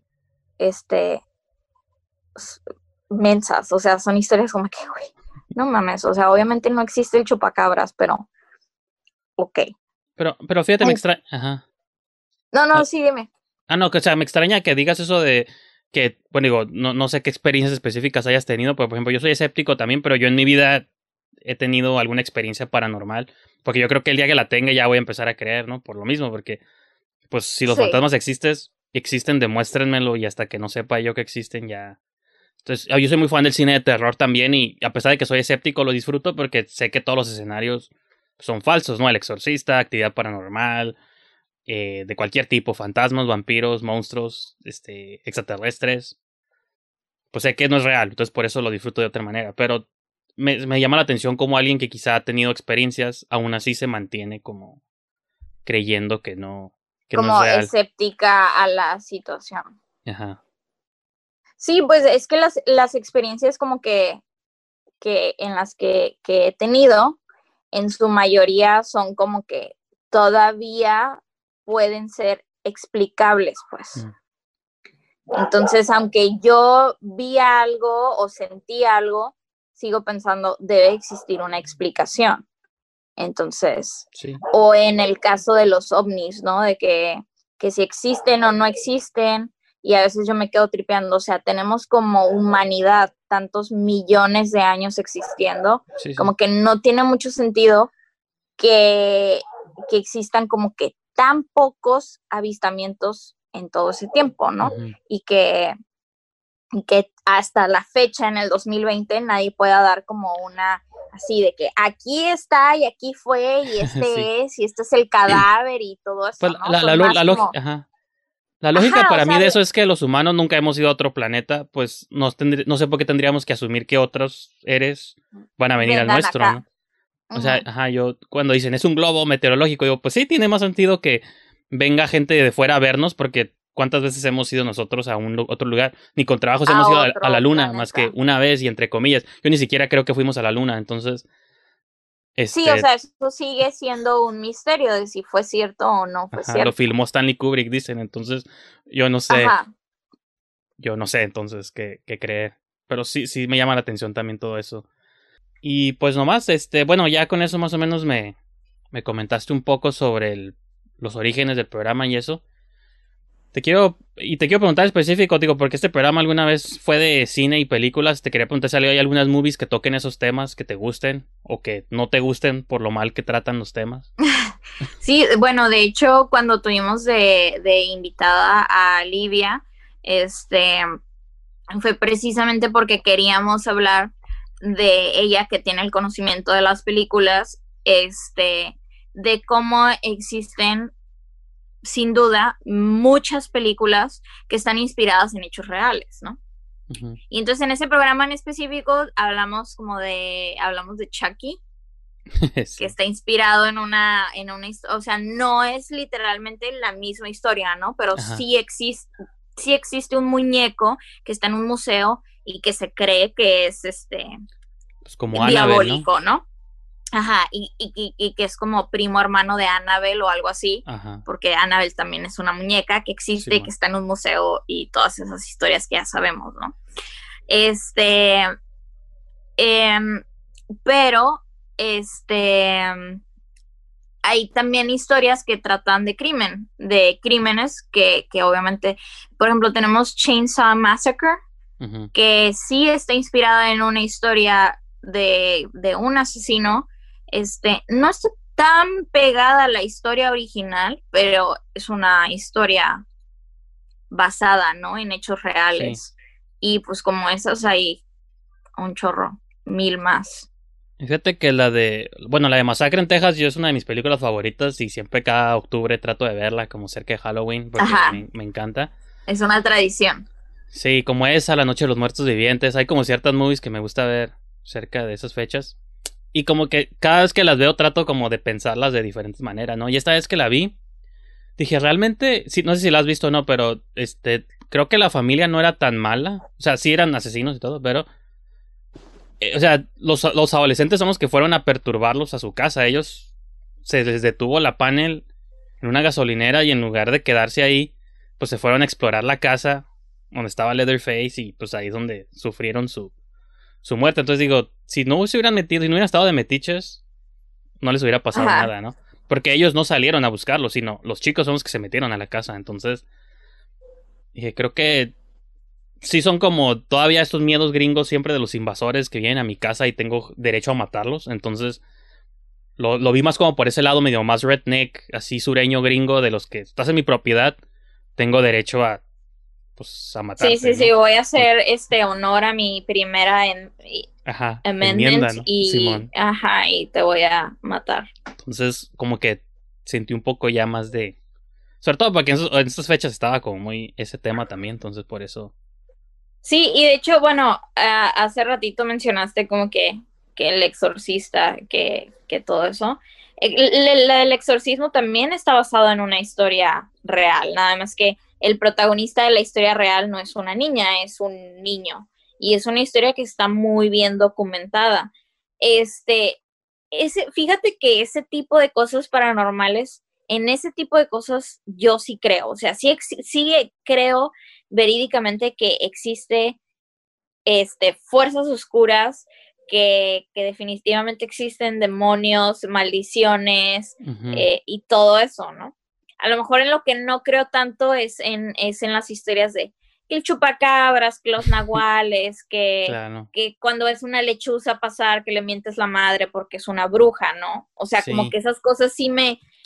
[SPEAKER 5] mensas, o sea, son historias como que, güey, no mames, o sea, obviamente no existe el chupacabras, pero, ok.
[SPEAKER 4] Pero fíjate, me extraña. Ajá.
[SPEAKER 5] No, sí, dime.
[SPEAKER 4] No, o sea, me extraña que digas eso de que, bueno, digo, no sé qué experiencias específicas hayas tenido, pero por ejemplo, yo soy escéptico también, pero yo en mi vida he tenido alguna experiencia paranormal, porque yo creo que el día que la tenga ya voy a empezar a creer, ¿no? Por lo mismo, porque, pues, si los
[SPEAKER 5] Sí.
[SPEAKER 4] fantasmas existen, demuéstrenmelo y hasta que no sepa yo que existen ya. Entonces, yo soy muy fan del cine de terror también y a pesar de que soy escéptico lo disfruto porque sé que todos los escenarios son falsos, ¿no? El Exorcista, Actividad Paranormal, de cualquier tipo, fantasmas, vampiros, monstruos, extraterrestres, pues sé que no es real, entonces por eso lo disfruto de otra manera, pero me llama la atención como alguien que quizá ha tenido experiencias, aún así se mantiene como creyendo que no es
[SPEAKER 5] Como
[SPEAKER 4] real.
[SPEAKER 5] escéptica a la situación.
[SPEAKER 4] Ajá.
[SPEAKER 5] Sí, pues es que las experiencias como que en las que he tenido, en su mayoría son como que todavía pueden ser explicables, pues. Entonces, aunque yo vi algo o sentí algo, sigo pensando, debe existir una explicación. Entonces,
[SPEAKER 4] Sí.
[SPEAKER 5] o en el caso de los ovnis, ¿no? De que si existen o no existen, y a veces yo me quedo tripeando, o sea, tenemos como humanidad tantos millones de años existiendo,
[SPEAKER 4] Sí.
[SPEAKER 5] como que no tiene mucho sentido que existan como que tan pocos avistamientos en todo ese tiempo, ¿no?
[SPEAKER 4] Ujú.
[SPEAKER 5] Y que hasta la fecha, en el 2020, nadie pueda dar como una, así de que aquí está y aquí fue y
[SPEAKER 4] Sí.
[SPEAKER 5] y este es el cadáver y todo eso,
[SPEAKER 4] Pues
[SPEAKER 5] ¿no? Son más como...
[SPEAKER 4] ajá. La lógica
[SPEAKER 5] Ajá, o
[SPEAKER 4] para mí
[SPEAKER 5] sea,
[SPEAKER 4] de eso es que los humanos nunca hemos ido a otro planeta, pues no sé por qué tendríamos que asumir que otros seres van a venir al
[SPEAKER 5] vengan
[SPEAKER 4] nuestro,
[SPEAKER 5] acá.
[SPEAKER 4] ¿no? O sea,
[SPEAKER 5] Ujú.
[SPEAKER 4] ajá, yo cuando dicen es un globo meteorológico, digo, pues sí, tiene más sentido que venga gente de fuera a vernos, porque ¿cuántas veces hemos ido nosotros a otro lugar? Ni con trabajos
[SPEAKER 5] A
[SPEAKER 4] hemos ido a la
[SPEAKER 5] otro
[SPEAKER 4] luna, más que
[SPEAKER 5] planeta.
[SPEAKER 4] una vez y entre comillas. Yo ni siquiera creo que fuimos a la luna, entonces,
[SPEAKER 5] Sí, o
[SPEAKER 4] este,
[SPEAKER 5] sea, eso sigue siendo un misterio de si fue cierto o no fue
[SPEAKER 4] ajá, lo
[SPEAKER 5] cierto.
[SPEAKER 4] filmó Stanley Kubrick, dicen, entonces, yo no sé,
[SPEAKER 5] Ajá.
[SPEAKER 4] entonces qué creer. Pero sí me llama la atención también todo eso. Y pues nomás, bueno, ya con eso más o menos me comentaste un poco sobre los orígenes del programa y eso. Te quiero preguntar específico, digo, porque este programa alguna vez fue de cine y películas. Te quería preguntar si hay algunas movies que toquen esos temas que te gusten o que no te gusten por lo mal que tratan los temas.
[SPEAKER 5] Sí, bueno, de hecho, cuando tuvimos de invitada a Livia, fue precisamente porque queríamos hablar de ella que tiene el conocimiento de las películas, de cómo existen sin duda muchas películas que están inspiradas en hechos reales, ¿no?
[SPEAKER 4] Uh-huh.
[SPEAKER 5] Y entonces en ese programa en específico hablamos de Chucky,
[SPEAKER 4] Sí.
[SPEAKER 5] que está inspirado en una o sea, no es literalmente la misma historia, ¿no? Pero
[SPEAKER 4] Ajá.
[SPEAKER 5] sí existe un muñeco que está en un museo y que se cree que es
[SPEAKER 4] pues como
[SPEAKER 5] diabólico,
[SPEAKER 4] Annabelle,
[SPEAKER 5] ¿no? Ajá, y que es como primo hermano de Annabelle o algo así,
[SPEAKER 4] ajá,
[SPEAKER 5] porque Annabelle también es una muñeca que existe
[SPEAKER 4] sí,
[SPEAKER 5] y que está en un museo y todas esas historias que ya sabemos, ¿no? Pero hay también historias que tratan de crímenes que obviamente, por ejemplo, tenemos Chainsaw Massacre,
[SPEAKER 4] uh-huh.
[SPEAKER 5] que sí está inspirada en una historia de un asesino. No está tan pegada a la historia original, pero es una historia basada, ¿no? En hechos reales. Sí. Y pues como esas hay un chorro, 1000 más.
[SPEAKER 4] Fíjate que la de Masacre en Texas yo es una de mis películas favoritas y siempre cada octubre trato de verla como cerca de Halloween porque me encanta.
[SPEAKER 5] Es una tradición.
[SPEAKER 4] Sí, como esa, La Noche de los Muertos Vivientes, hay como ciertas movies que me gusta ver cerca de esas fechas. Y como que cada vez que las veo trato como de pensarlas de diferentes maneras, ¿no? Y esta vez que la vi, dije, realmente, sí, no sé si la has visto o no, pero creo que la familia no era tan mala. O sea, sí eran asesinos y todo, pero o sea, los adolescentes son los que fueron a perturbarlos a su casa. Ellos se les detuvo la panel en una gasolinera y en lugar de quedarse ahí, pues se fueron a explorar la casa donde estaba Leatherface y pues ahí es donde sufrieron su muerte. Entonces digo, si no se hubieran metido, si no hubieran estado de metiches, no les hubiera pasado nada, ¿no? Porque ellos no salieron a buscarlo, sino los chicos son los que se metieron a la casa. Entonces, dije, creo que sí son como todavía estos miedos gringos siempre de los invasores que vienen a mi casa y tengo derecho a matarlos. Entonces lo vi más como por ese lado medio más redneck, así sureño gringo, de los que estás en mi propiedad, tengo derecho a matarte.
[SPEAKER 5] Sí,
[SPEAKER 4] ¿no?
[SPEAKER 5] voy a hacer honor a mi primera
[SPEAKER 4] enmienda, ¿no?
[SPEAKER 5] y
[SPEAKER 4] Simón.
[SPEAKER 5] Y te voy a matar.
[SPEAKER 4] Entonces como que sentí un poco ya más de, sobre todo porque en estas fechas estaba como muy ese tema también, entonces por eso.
[SPEAKER 5] Sí, y de hecho, bueno, hace ratito mencionaste como que el exorcista, que todo eso. El exorcismo también está basado en una historia real, nada más que el protagonista de la historia real no es una niña, es un niño. Y es una historia que está muy bien documentada. Fíjate que ese tipo de cosas paranormales, en ese tipo de cosas yo sí creo. O sea, sí creo verídicamente que existe fuerzas oscuras, que definitivamente existen demonios, maldiciones,
[SPEAKER 4] uh-huh.
[SPEAKER 5] Y todo eso, ¿no? A lo mejor en lo que no creo tanto es en las historias de el chupacabras, que los nahuales,
[SPEAKER 4] claro.
[SPEAKER 5] que cuando es una lechuza pasar, que le mientes la madre porque es una bruja, ¿no? O sea, sí. Como que esas cosas sí me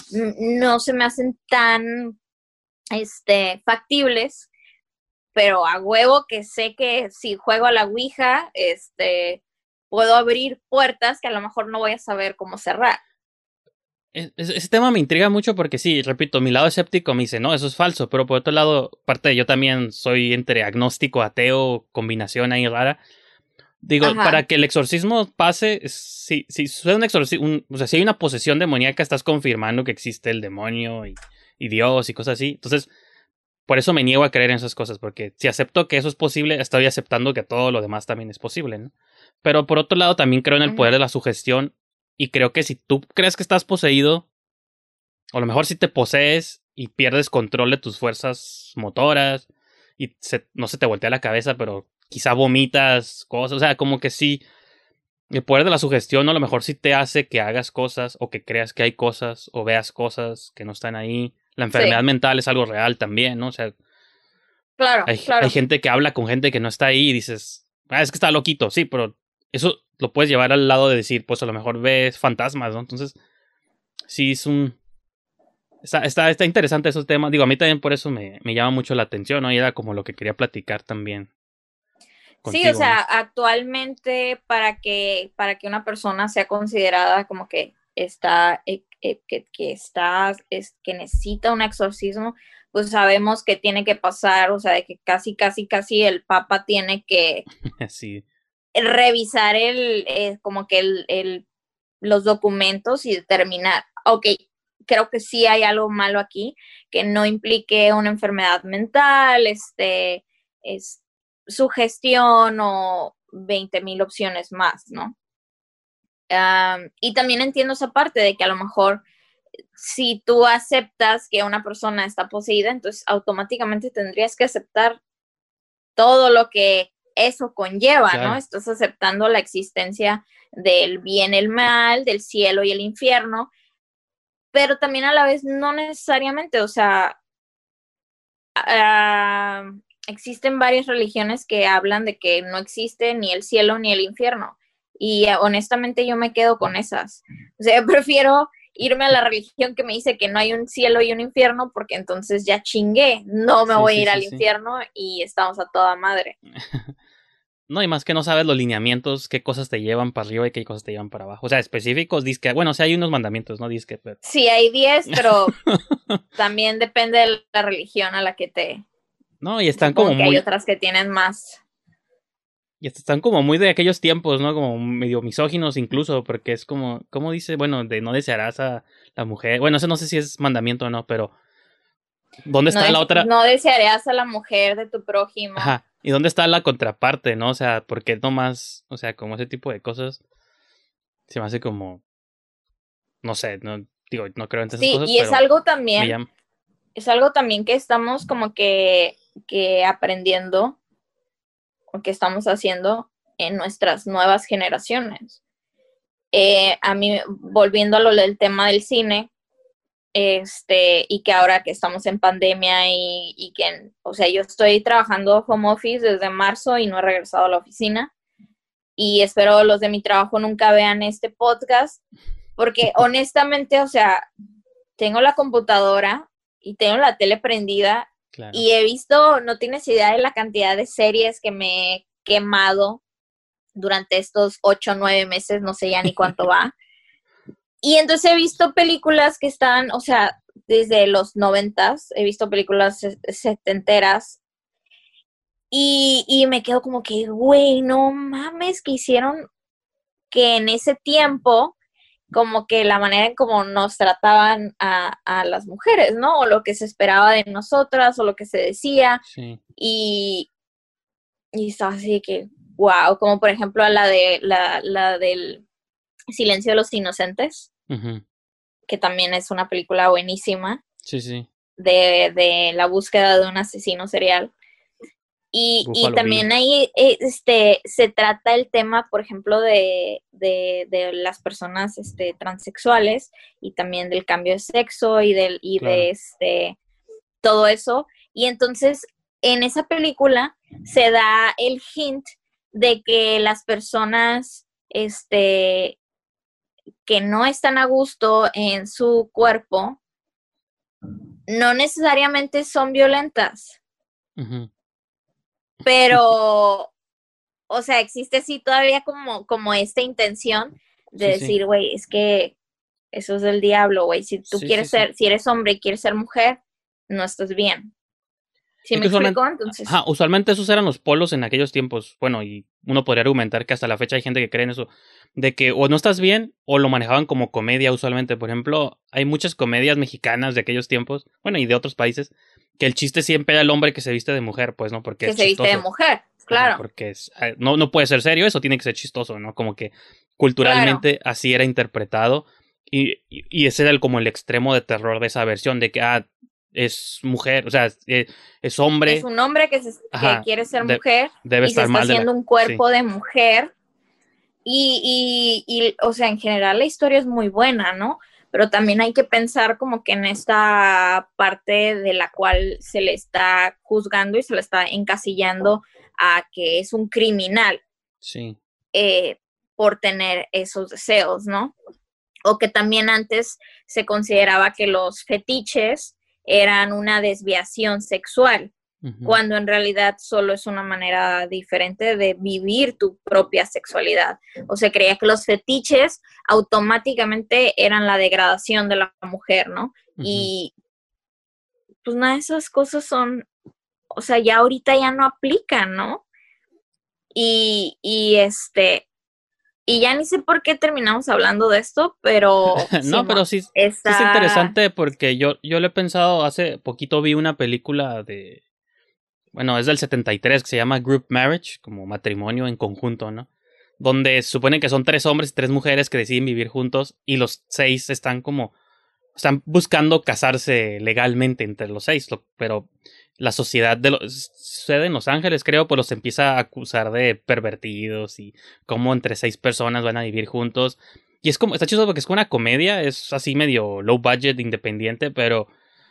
[SPEAKER 5] no se me hacen tan factibles, pero a huevo que sé que si juego a la Ouija, puedo abrir puertas que a lo mejor no voy a saber cómo cerrar.
[SPEAKER 4] Ese tema me intriga mucho porque sí, repito, mi lado escéptico me dice, no, eso es falso, pero por otro lado, aparte yo también soy entre agnóstico, ateo, combinación ahí rara. Digo,
[SPEAKER 5] Ajá.
[SPEAKER 4] para que el exorcismo pase, si sucede un exorcismo, o sea, si hay una posesión demoníaca, estás confirmando que existe el demonio y Dios y cosas así. Entonces, por eso me niego a creer en esas cosas, porque si acepto que eso es posible, estoy aceptando que todo lo demás también es posible, ¿no? Pero por otro lado, también creo en el poder de la sugestión y creo que si tú crees que estás poseído, o a lo mejor si te posees y pierdes control de tus fuerzas motoras y no se te voltea la cabeza, pero quizá vomitas cosas, o sea, como que sí, el poder de la sugestión a lo mejor sí te hace que hagas cosas o que creas que hay cosas o veas cosas que no están ahí. La enfermedad mental es algo real también, ¿no? O sea,
[SPEAKER 5] Claro.
[SPEAKER 4] hay gente que habla con gente que no está ahí y dices, es que está loquito, sí, pero eso lo puedes llevar al lado de decir, pues a lo mejor ves fantasmas, ¿no? Entonces, sí es Está interesante esos temas. Digo, a mí también por eso me llama mucho la atención, ¿no? Y era como lo que quería platicar también contigo,
[SPEAKER 5] Sí, o sea,
[SPEAKER 4] ¿no?
[SPEAKER 5] actualmente para que una persona sea considerada como que está, que necesita un exorcismo, pues sabemos que tiene que pasar, o sea, de que casi el Papa tiene que
[SPEAKER 4] Sí.
[SPEAKER 5] revisar como que los documentos y determinar, ok, creo que sí hay algo malo aquí, que no implique una enfermedad mental, sugestión o 20,000 opciones más, ¿no? Y también entiendo esa parte de que a lo mejor si tú aceptas que una persona está poseída, entonces automáticamente tendrías que aceptar todo lo que eso conlleva,
[SPEAKER 4] Claro.
[SPEAKER 5] ¿no? Estás aceptando la existencia del bien, el mal, del cielo y el infierno, pero también a la vez no necesariamente, o sea, existen varias religiones que hablan de que no existe ni el cielo ni el infierno, y honestamente yo me quedo con esas. O sea, prefiero irme a la religión que me dice que no hay un cielo y un infierno, porque entonces ya chingué, no me voy a ir al infierno y estamos a toda madre.
[SPEAKER 4] No, y más que no sabes los lineamientos, qué cosas te llevan para arriba y qué cosas te llevan para abajo. O sea, específicos, disque, bueno, o sea, hay unos mandamientos, ¿no? Disque, pero...
[SPEAKER 5] Sí, hay 10, pero también depende de la religión a la que te...
[SPEAKER 4] No, y están
[SPEAKER 5] Supongo
[SPEAKER 4] como
[SPEAKER 5] que hay
[SPEAKER 4] muy...
[SPEAKER 5] otras que tienen más.
[SPEAKER 4] Y están como muy de aquellos tiempos, ¿no? Como medio misóginos incluso, porque es como, ¿cómo dice? Bueno, de no desearás a la mujer. Bueno, eso no sé si es mandamiento o no, pero ¿dónde está la otra?
[SPEAKER 5] No desearías a la mujer de tu prójimo.
[SPEAKER 4] Ajá. ¿Y dónde está la contraparte, no? O sea, porque no más, o sea, como ese tipo de cosas se me hace como, no sé, no digo, no creo en esas
[SPEAKER 5] Sí,
[SPEAKER 4] cosas,
[SPEAKER 5] y es
[SPEAKER 4] pero
[SPEAKER 5] algo
[SPEAKER 4] me llama.
[SPEAKER 5] también que estamos como que aprendiendo o que estamos haciendo en nuestras nuevas generaciones. A mí, volviendo a lo del tema del cine, y que ahora que estamos en pandemia y que, o sea, yo estoy trabajando home office desde marzo y no he regresado a la oficina, y espero los de mi trabajo nunca vean este podcast, porque honestamente, o sea, tengo la computadora y tengo la tele prendida,
[SPEAKER 4] Claro.
[SPEAKER 5] y he visto, no tienes idea de la cantidad de series que me he quemado durante estos 8 o 9 meses, no sé ya ni cuánto va. Y entonces he visto películas que están, o sea, desde los 90s, he visto películas setenteras, y me quedo como que, güey, no mames, que hicieron que en ese tiempo, como que la manera en cómo nos trataban a las mujeres, ¿no? O lo que se esperaba de nosotras, o lo que se decía,
[SPEAKER 4] Sí.
[SPEAKER 5] y estaba así que, wow, como por ejemplo la del Silencio de los Inocentes,
[SPEAKER 4] Uh-huh.
[SPEAKER 5] que también es una película buenísima,
[SPEAKER 4] Sí, sí.
[SPEAKER 5] de la búsqueda de un asesino serial. Y
[SPEAKER 4] Buffalo
[SPEAKER 5] también
[SPEAKER 4] Bill.
[SPEAKER 5] ahí se trata el tema, por ejemplo, de las personas transexuales, y también del cambio de sexo
[SPEAKER 4] Claro.
[SPEAKER 5] de todo eso. Y entonces en esa película se da el hint de que las personas que no están a gusto en su cuerpo, no necesariamente son violentas,
[SPEAKER 4] Ujú.
[SPEAKER 5] pero, o sea, existe sí todavía como esta intención de
[SPEAKER 4] Sí,
[SPEAKER 5] decir, güey, es que eso es del diablo, güey. Si tú
[SPEAKER 4] sí, sí,
[SPEAKER 5] quieres
[SPEAKER 4] sí.
[SPEAKER 5] ser, si eres hombre y quieres ser mujer, no estás bien. ¿Sí
[SPEAKER 4] Es
[SPEAKER 5] me
[SPEAKER 4] que usualmente,
[SPEAKER 5] explico? Entonces,
[SPEAKER 4] usualmente esos eran los polos en aquellos tiempos. Bueno, y uno podría argumentar que hasta la fecha hay gente que cree en eso. De que o no estás bien o lo manejaban como comedia usualmente. Por ejemplo, hay muchas comedias mexicanas de aquellos tiempos, bueno, y de otros países, que el chiste siempre era el hombre que se viste de mujer, pues, ¿no? Porque
[SPEAKER 5] que
[SPEAKER 4] es
[SPEAKER 5] se viste de
[SPEAKER 4] chistoso.
[SPEAKER 5] mujer,
[SPEAKER 4] Ajá,
[SPEAKER 5] claro,
[SPEAKER 4] porque no puede ser serio, eso tiene que ser chistoso, ¿no? Como que
[SPEAKER 5] claro.
[SPEAKER 4] culturalmente así era interpretado. Y ese era como el extremo de terror de esa versión, de que es mujer, o sea, es
[SPEAKER 5] Es
[SPEAKER 4] hombre,
[SPEAKER 5] un hombre que
[SPEAKER 4] ajá,
[SPEAKER 5] quiere ser mujer
[SPEAKER 4] debe
[SPEAKER 5] y se
[SPEAKER 4] estar
[SPEAKER 5] está
[SPEAKER 4] mal de
[SPEAKER 5] haciendo un
[SPEAKER 4] sí,
[SPEAKER 5] cuerpo de mujer. O sea, en general la historia es muy buena, ¿no? Pero también hay que pensar como que en esta parte de la cual se le está juzgando y se le está encasillando a que es un criminal
[SPEAKER 4] sí,
[SPEAKER 5] por tener esos deseos, ¿no? O que también antes se consideraba que los fetiches eran una desviación sexual,
[SPEAKER 4] ujú,
[SPEAKER 5] cuando en realidad solo es una manera diferente de vivir tu propia sexualidad. O se creía que los fetiches automáticamente eran la degradación de la mujer, ¿no?
[SPEAKER 4] ujú.
[SPEAKER 5] Y pues nada de esas cosas son, o sea, ya ahorita ya no aplican, ¿no? Y y ya ni sé por qué terminamos hablando de esto, pero
[SPEAKER 4] No, pero
[SPEAKER 5] Simón,
[SPEAKER 4] sí, sí es
[SPEAKER 5] está,
[SPEAKER 4] interesante porque yo lo he pensado, hace poquito vi una película bueno, es del 73 que se llama Group Marriage, como matrimonio en conjunto, ¿no? Donde se supone que son 3 hombres y 3 mujeres que deciden vivir juntos y los 6 están buscando casarse legalmente entre los 6, pero la sociedad sucede en Los Ángeles, creo, pues los empieza a acusar de pervertidos y cómo entre 6 personas van a vivir juntos. Y es como, está chido porque es como una comedia, es así medio low budget, independiente, pero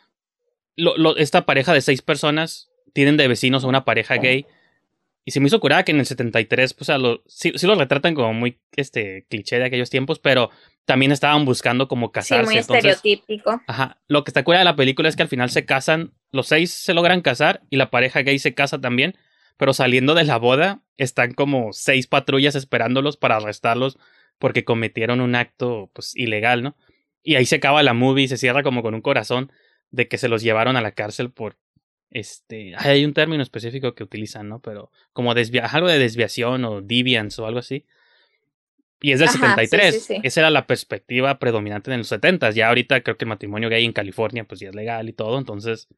[SPEAKER 4] esta pareja de 6 personas tienen de vecinos a una pareja gay. Y se me hizo curada que en el 73, pues, sí lo retratan como muy, cliché de aquellos tiempos, pero también estaban buscando como
[SPEAKER 5] sí, muy
[SPEAKER 4] casarse. Entonces,
[SPEAKER 5] estereotípico.
[SPEAKER 4] ajá, lo que está curada de la película es que al final se casan, los 6 se logran casar y la pareja gay se casa también, pero saliendo de la boda están como 6 patrullas esperándolos para arrestarlos porque cometieron un acto, pues, ilegal, ¿no? Y ahí se acaba la movie y se cierra como con un corazón de que se los llevaron a la cárcel por hay un término específico que utilizan, ¿no? Pero como algo de desviación o deviance o algo así. Y es del
[SPEAKER 5] Ajá, sí, sí,
[SPEAKER 4] 73.
[SPEAKER 5] sí.
[SPEAKER 4] Esa era la perspectiva predominante en los 70. Ya ahorita creo que el matrimonio gay en California pues ya es legal y todo, entonces.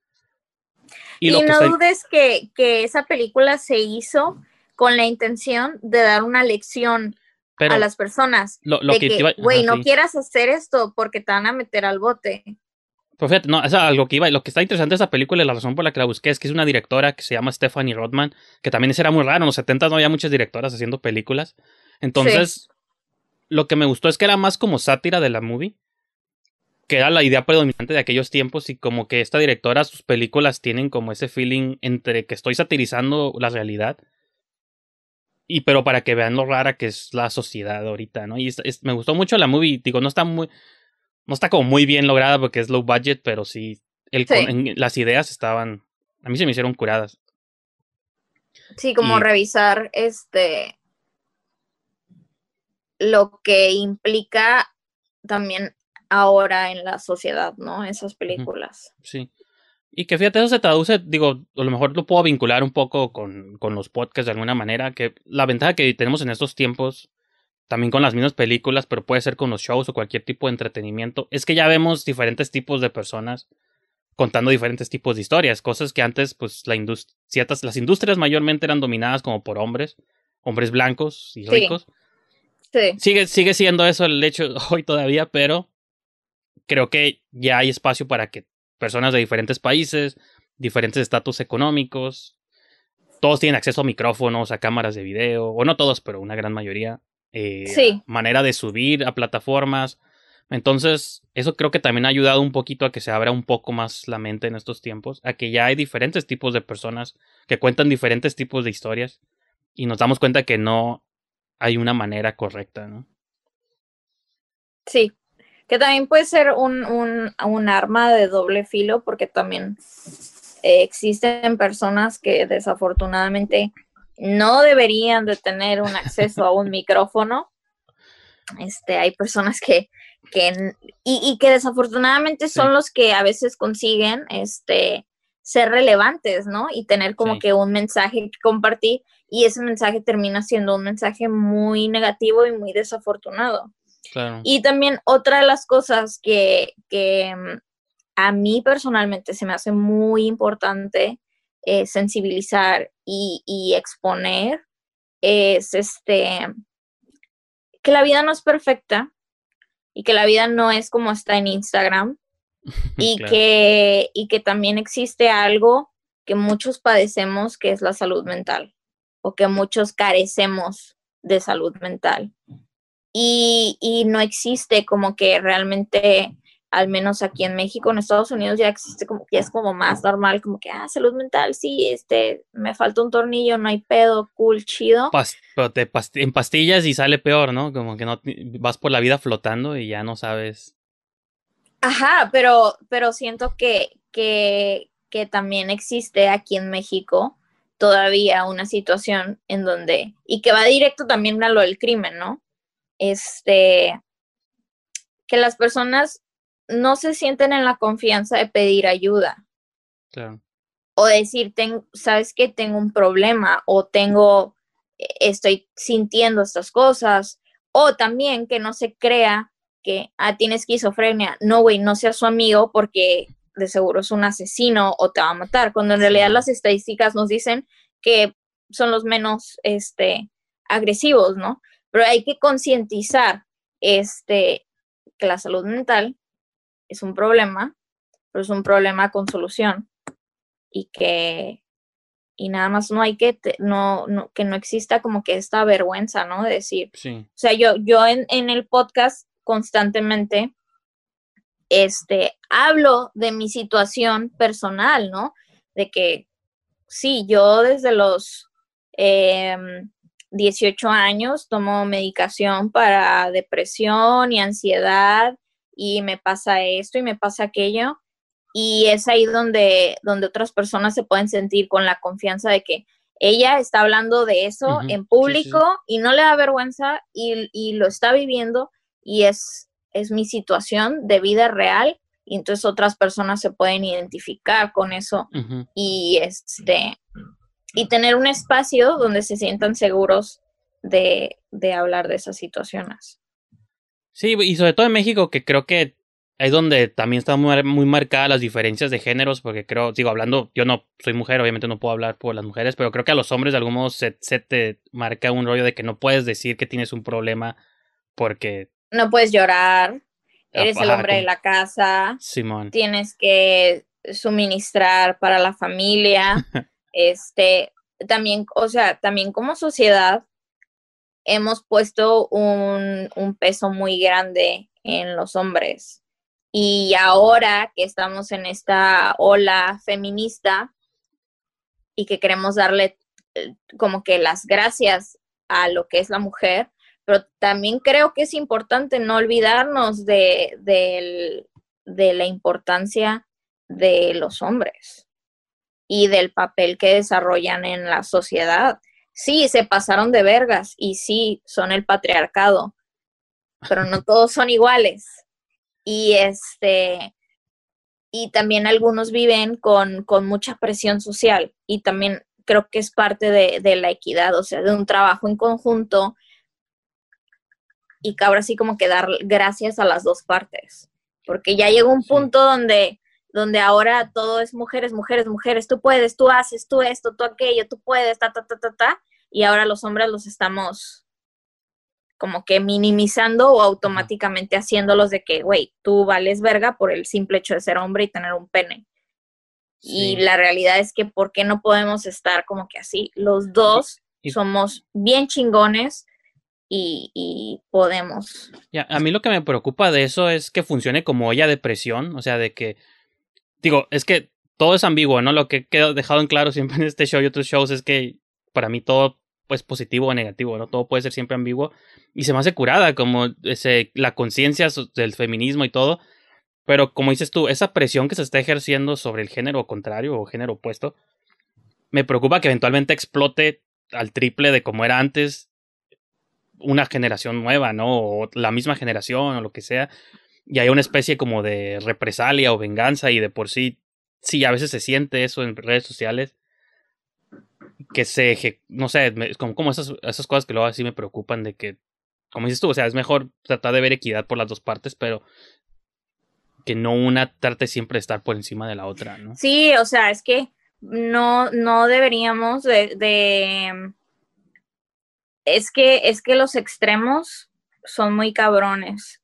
[SPEAKER 4] Y
[SPEAKER 5] Y
[SPEAKER 4] lo que
[SPEAKER 5] no
[SPEAKER 4] está.
[SPEAKER 5] dudes que esa película se hizo con la intención de dar una lección a
[SPEAKER 4] Pero
[SPEAKER 5] las personas
[SPEAKER 4] lo
[SPEAKER 5] de
[SPEAKER 4] que
[SPEAKER 5] que,
[SPEAKER 4] iba.
[SPEAKER 5] güey,
[SPEAKER 4] Ajá,
[SPEAKER 5] no
[SPEAKER 4] sí.
[SPEAKER 5] quieras hacer esto porque te van a meter al bote.
[SPEAKER 4] Pero fíjate, no, algo que iba. Lo que está interesante de esa película y la razón por la que la busqué es que es una directora que se llama Stephanie Rodman, que también ese era muy raro. En los 70 no había muchas directoras haciendo películas.
[SPEAKER 5] Sí,
[SPEAKER 4] Entonces, lo que me gustó es que era más como sátira de la movie, que era la idea predominante de aquellos tiempos y como que esta directora, sus películas tienen como ese feeling entre que estoy satirizando la realidad y pero para que vean lo rara que es la sociedad ahorita, ¿no? Y me gustó mucho la movie, digo, no está como muy bien lograda porque es low budget, pero sí,
[SPEAKER 5] sí,
[SPEAKER 4] las ideas estaban, a mí se me hicieron curadas.
[SPEAKER 5] sí, como
[SPEAKER 4] Y
[SPEAKER 5] revisar lo que implica también ahora en la sociedad, ¿no? Esas
[SPEAKER 4] ujú,
[SPEAKER 5] películas.
[SPEAKER 4] sí. Y que fíjate, eso se traduce, digo, a lo mejor lo puedo vincular un poco con los podcasts de alguna manera, que la ventaja que tenemos en estos tiempos también con las mismas películas, pero puede ser con los shows o cualquier tipo de entretenimiento, es que ya vemos diferentes tipos de personas contando diferentes tipos de historias, cosas que antes, pues, las industrias mayormente eran dominadas como por hombres blancos y
[SPEAKER 5] Sí,
[SPEAKER 4] ricos.
[SPEAKER 5] sí,
[SPEAKER 4] Sigue siendo eso el hecho hoy todavía, pero creo que ya hay espacio para que personas de diferentes países, diferentes estatus económicos, todos tienen acceso a micrófonos, a cámaras de video, o no todos, pero una gran mayoría,
[SPEAKER 5] sí.
[SPEAKER 4] manera de subir a plataformas. Entonces, eso creo que también ha ayudado un poquito a que se abra un poco más la mente en estos tiempos, a que ya hay diferentes tipos de personas que cuentan diferentes tipos de historias y nos damos cuenta que no hay una manera correcta, ¿no?
[SPEAKER 5] Sí, que también puede ser un arma de doble filo, porque también existen personas que desafortunadamente no deberían de tener un acceso a un micrófono. Hay personas y que desafortunadamente son los que a veces consiguen ser relevantes, ¿no? Y tener como que un mensaje que compartir, y ese mensaje termina siendo un mensaje muy negativo y muy desafortunado.
[SPEAKER 4] Claro.
[SPEAKER 5] Y también otra de las cosas que a mí personalmente se me hace muy importante sensibilizar y exponer es que la vida no es perfecta y que la vida no es como está en Instagram y,
[SPEAKER 4] Claro.
[SPEAKER 5] y que también existe algo que muchos padecemos, que es la salud mental, o que muchos carecemos de salud mental. Y no existe como que realmente, al menos aquí en México, en Estados Unidos ya existe como que es como más normal, como que, salud mental, sí, me falta un tornillo, no hay pedo, cool, chido.
[SPEAKER 4] Pero en pastillas y sale peor, ¿no? Como que no vas por la vida flotando y ya no sabes.
[SPEAKER 5] Ajá, pero siento que también existe aquí en México todavía una situación en donde, y que va directo también a lo del crimen, ¿no? Que las personas no se sienten en la confianza de pedir ayuda.
[SPEAKER 4] Claro.
[SPEAKER 5] O decir, ¿sabes qué? Tengo un problema, o estoy sintiendo estas cosas, o también que no se crea que tiene esquizofrenia. No, güey, no seas su amigo porque de seguro es un asesino o te va a matar, cuando en realidad las estadísticas nos dicen que son los menos agresivos, ¿no? Pero hay que concientizar que la salud mental es un problema, pero es un problema con solución, y nada más no hay que que no exista como que esta vergüenza, ¿no? De decir,
[SPEAKER 4] sí.
[SPEAKER 5] O sea, yo en el podcast constantemente hablo de mi situación personal, ¿no? De que sí, yo desde los 18 años tomo medicación para depresión y ansiedad, y me pasa esto y me pasa aquello. Y es ahí donde otras personas se pueden sentir con la confianza de que ella está hablando de eso en público, y no le da vergüenza, y lo está viviendo, y es mi situación de vida real, y entonces otras personas se pueden identificar con eso. Y y tener un espacio donde se sientan seguros de hablar de esas situaciones.
[SPEAKER 4] Sí, y sobre todo en México, que creo que es donde también están muy marcadas las diferencias de géneros, porque hablando, yo no soy mujer, obviamente no puedo hablar por las mujeres, pero creo que a los hombres de algún modo se te marca un rollo de que no puedes decir que tienes un problema porque...
[SPEAKER 5] No puedes llorar, eres el hombre de la casa,
[SPEAKER 4] Simón.
[SPEAKER 5] Tienes que suministrar para la familia, también, o sea, también como sociedad hemos puesto un peso muy grande en los hombres. Y ahora que estamos en esta ola feminista y que queremos darle como que las gracias a lo que es la mujer, pero también creo que es importante no olvidarnos de la importancia de los hombres y del papel que desarrollan en la sociedad. Sí, se pasaron de vergas y sí, son el patriarcado, pero no todos son iguales. Y y también algunos viven con mucha presión social, y también creo que es parte de la equidad, o sea, de un trabajo en conjunto, y que ahora sí como que dar gracias a las dos partes, porque ya llegó un punto donde ahora todo es mujeres, mujeres, mujeres, tú puedes, tú haces, tú esto, tú aquello, tú puedes, y ahora los hombres los estamos como que minimizando o automáticamente haciéndolos de que, güey, tú vales verga por el simple hecho de ser hombre y tener un pene. Sí. Y la realidad es que ¿por qué no podemos estar como que así? Los dos somos bien chingones y podemos.
[SPEAKER 4] Ya, a mí lo que me preocupa de eso es que funcione como olla de presión, o sea, de que, es que todo es ambiguo, ¿no? Lo que he dejado en claro siempre en este show y otros shows es que para mí todo pues positivo o negativo, ¿no? Todo puede ser siempre ambiguo. Y se me hace curada como la conciencia del feminismo y todo. Pero como dices tú, esa presión que se está ejerciendo sobre el género contrario o género opuesto, me preocupa que eventualmente explote al triple de como era antes una generación nueva, ¿no? O la misma generación o lo que sea. Y hay una especie como de represalia o venganza y de por sí, sí, a veces se siente eso en redes sociales. Que no sé, como esas cosas que luego así me preocupan de que, como dices tú, o sea, es mejor tratar de ver equidad por las dos partes, pero que no una trate siempre de estar por encima de la otra, ¿no?
[SPEAKER 5] Sí, o sea, es que no deberíamos es que los extremos son muy cabrones.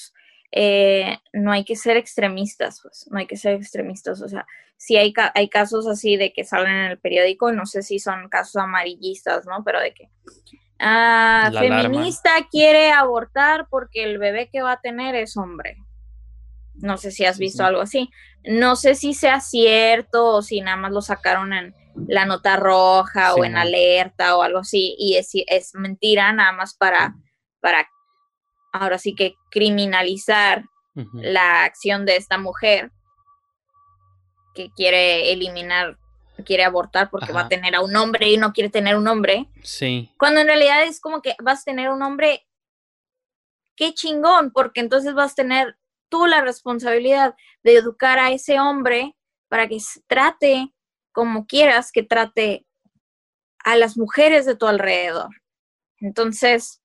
[SPEAKER 5] No hay que ser extremistas, pues, no hay que ser extremistas, o sea, sí hay casos así de que salen en el periódico, no sé si son casos amarillistas, ¿no? Pero de que feminista quiere abortar porque el bebé que va a tener es hombre. No sé si has visto algo así. No sé si sea cierto o si nada más lo sacaron en la nota roja o en alerta o algo así y es mentira nada más para ahora sí que criminalizar la acción de esta mujer que quiere abortar porque va a tener a un hombre y no quiere tener un hombre.
[SPEAKER 4] Sí.
[SPEAKER 5] Cuando en realidad es como que vas a tener un hombre, qué chingón, porque entonces vas a tener tú la responsabilidad de educar a ese hombre para que trate como quieras que trate a las mujeres de tu alrededor. Entonces,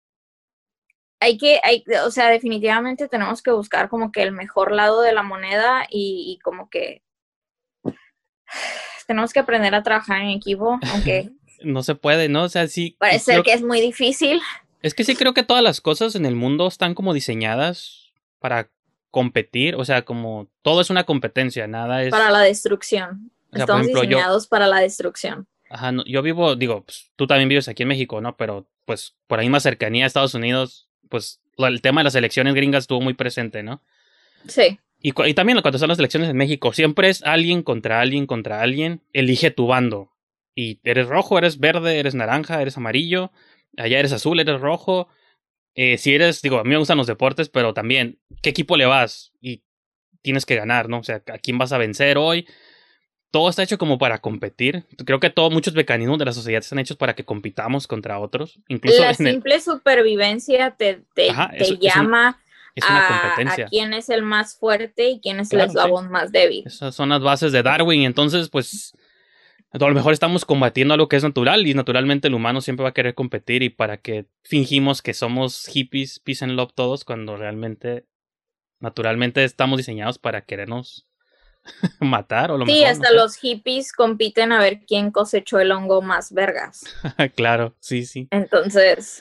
[SPEAKER 5] o sea, definitivamente tenemos que buscar como que el mejor lado de la moneda y como que tenemos que aprender a trabajar en equipo, aunque
[SPEAKER 4] no se puede, ¿no? O sea, sí.
[SPEAKER 5] Parece que es muy difícil.
[SPEAKER 4] Es que sí creo que todas las cosas en el mundo están como diseñadas para competir, o sea, como todo es una competencia, nada es...
[SPEAKER 5] Para la destrucción. O sea, estamos diseñados para la destrucción.
[SPEAKER 4] Ajá, no, yo vivo, digo, pues, tú también vives aquí en México, ¿no? Pero, pues, por ahí más cercanía a Estados Unidos, pues, el tema de las elecciones gringas estuvo muy presente, ¿no?
[SPEAKER 5] Sí.
[SPEAKER 4] Y también cuando son las elecciones en México, siempre es alguien contra alguien contra alguien, elige tu bando. Y eres rojo, eres verde, eres naranja, eres amarillo, allá eres azul, eres rojo. Si eres, digo, a mí me gustan los deportes, pero también, ¿qué equipo le vas? Y tienes que ganar, ¿no? O sea, ¿a quién vas a vencer hoy? Todo está hecho como para competir. Creo que muchos mecanismos de la sociedad están hechos para que compitamos contra otros. Incluso
[SPEAKER 5] la simple supervivencia te llama
[SPEAKER 4] es una competencia.
[SPEAKER 5] A quién es el más fuerte y quién es el eslabón más débil.
[SPEAKER 4] Esas son las bases de Darwin. Y entonces, pues, a lo mejor estamos combatiendo algo que es natural y naturalmente el humano siempre va a querer competir y para que fingimos que somos hippies, peace and love todos, cuando realmente, naturalmente estamos diseñados para querernos matar o lo mejor.
[SPEAKER 5] Sí, hasta los hippies compiten a ver quién cosechó el hongo más vergas.
[SPEAKER 4] Claro, sí, sí.
[SPEAKER 5] Entonces,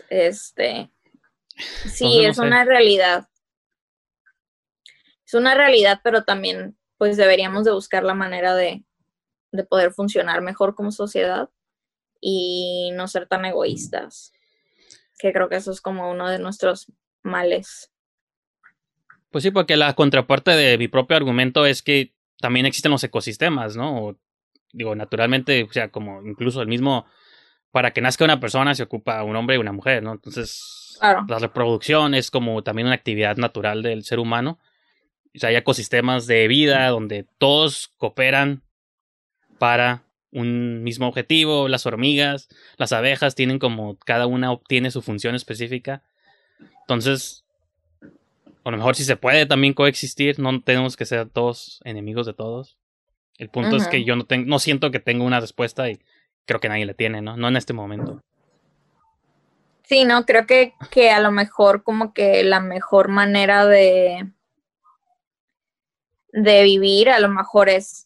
[SPEAKER 5] sí, es una realidad. Es una realidad, pero también, pues, deberíamos de buscar la manera de poder funcionar mejor como sociedad y no ser tan egoístas, que creo que eso es como uno de nuestros males.
[SPEAKER 4] Pues sí, porque la contraparte de mi propio argumento es que también existen los ecosistemas, ¿no? Digo, naturalmente, o sea, como incluso el mismo, para que nazca una persona se ocupa un hombre y una mujer, ¿no? Entonces,
[SPEAKER 5] claro,
[SPEAKER 4] la reproducción es como también una actividad natural del ser humano. O sea, hay ecosistemas de vida donde todos cooperan para un mismo objetivo. Las hormigas, las abejas tienen como, cada una obtiene su función específica. Entonces, a lo mejor sí se puede también coexistir, no tenemos que ser todos enemigos de todos. El punto es que yo no siento que tenga una respuesta y creo que nadie la tiene, ¿no? No en este momento.
[SPEAKER 5] Sí, no, creo que a lo mejor como que la mejor manera de vivir a lo mejor es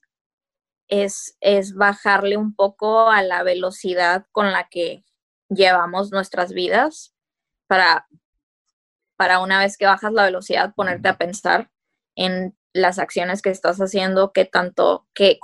[SPEAKER 5] bajarle un poco a la velocidad con la que llevamos nuestras vidas para una vez que bajas la velocidad ponerte a pensar en las acciones que estás haciendo, qué tanto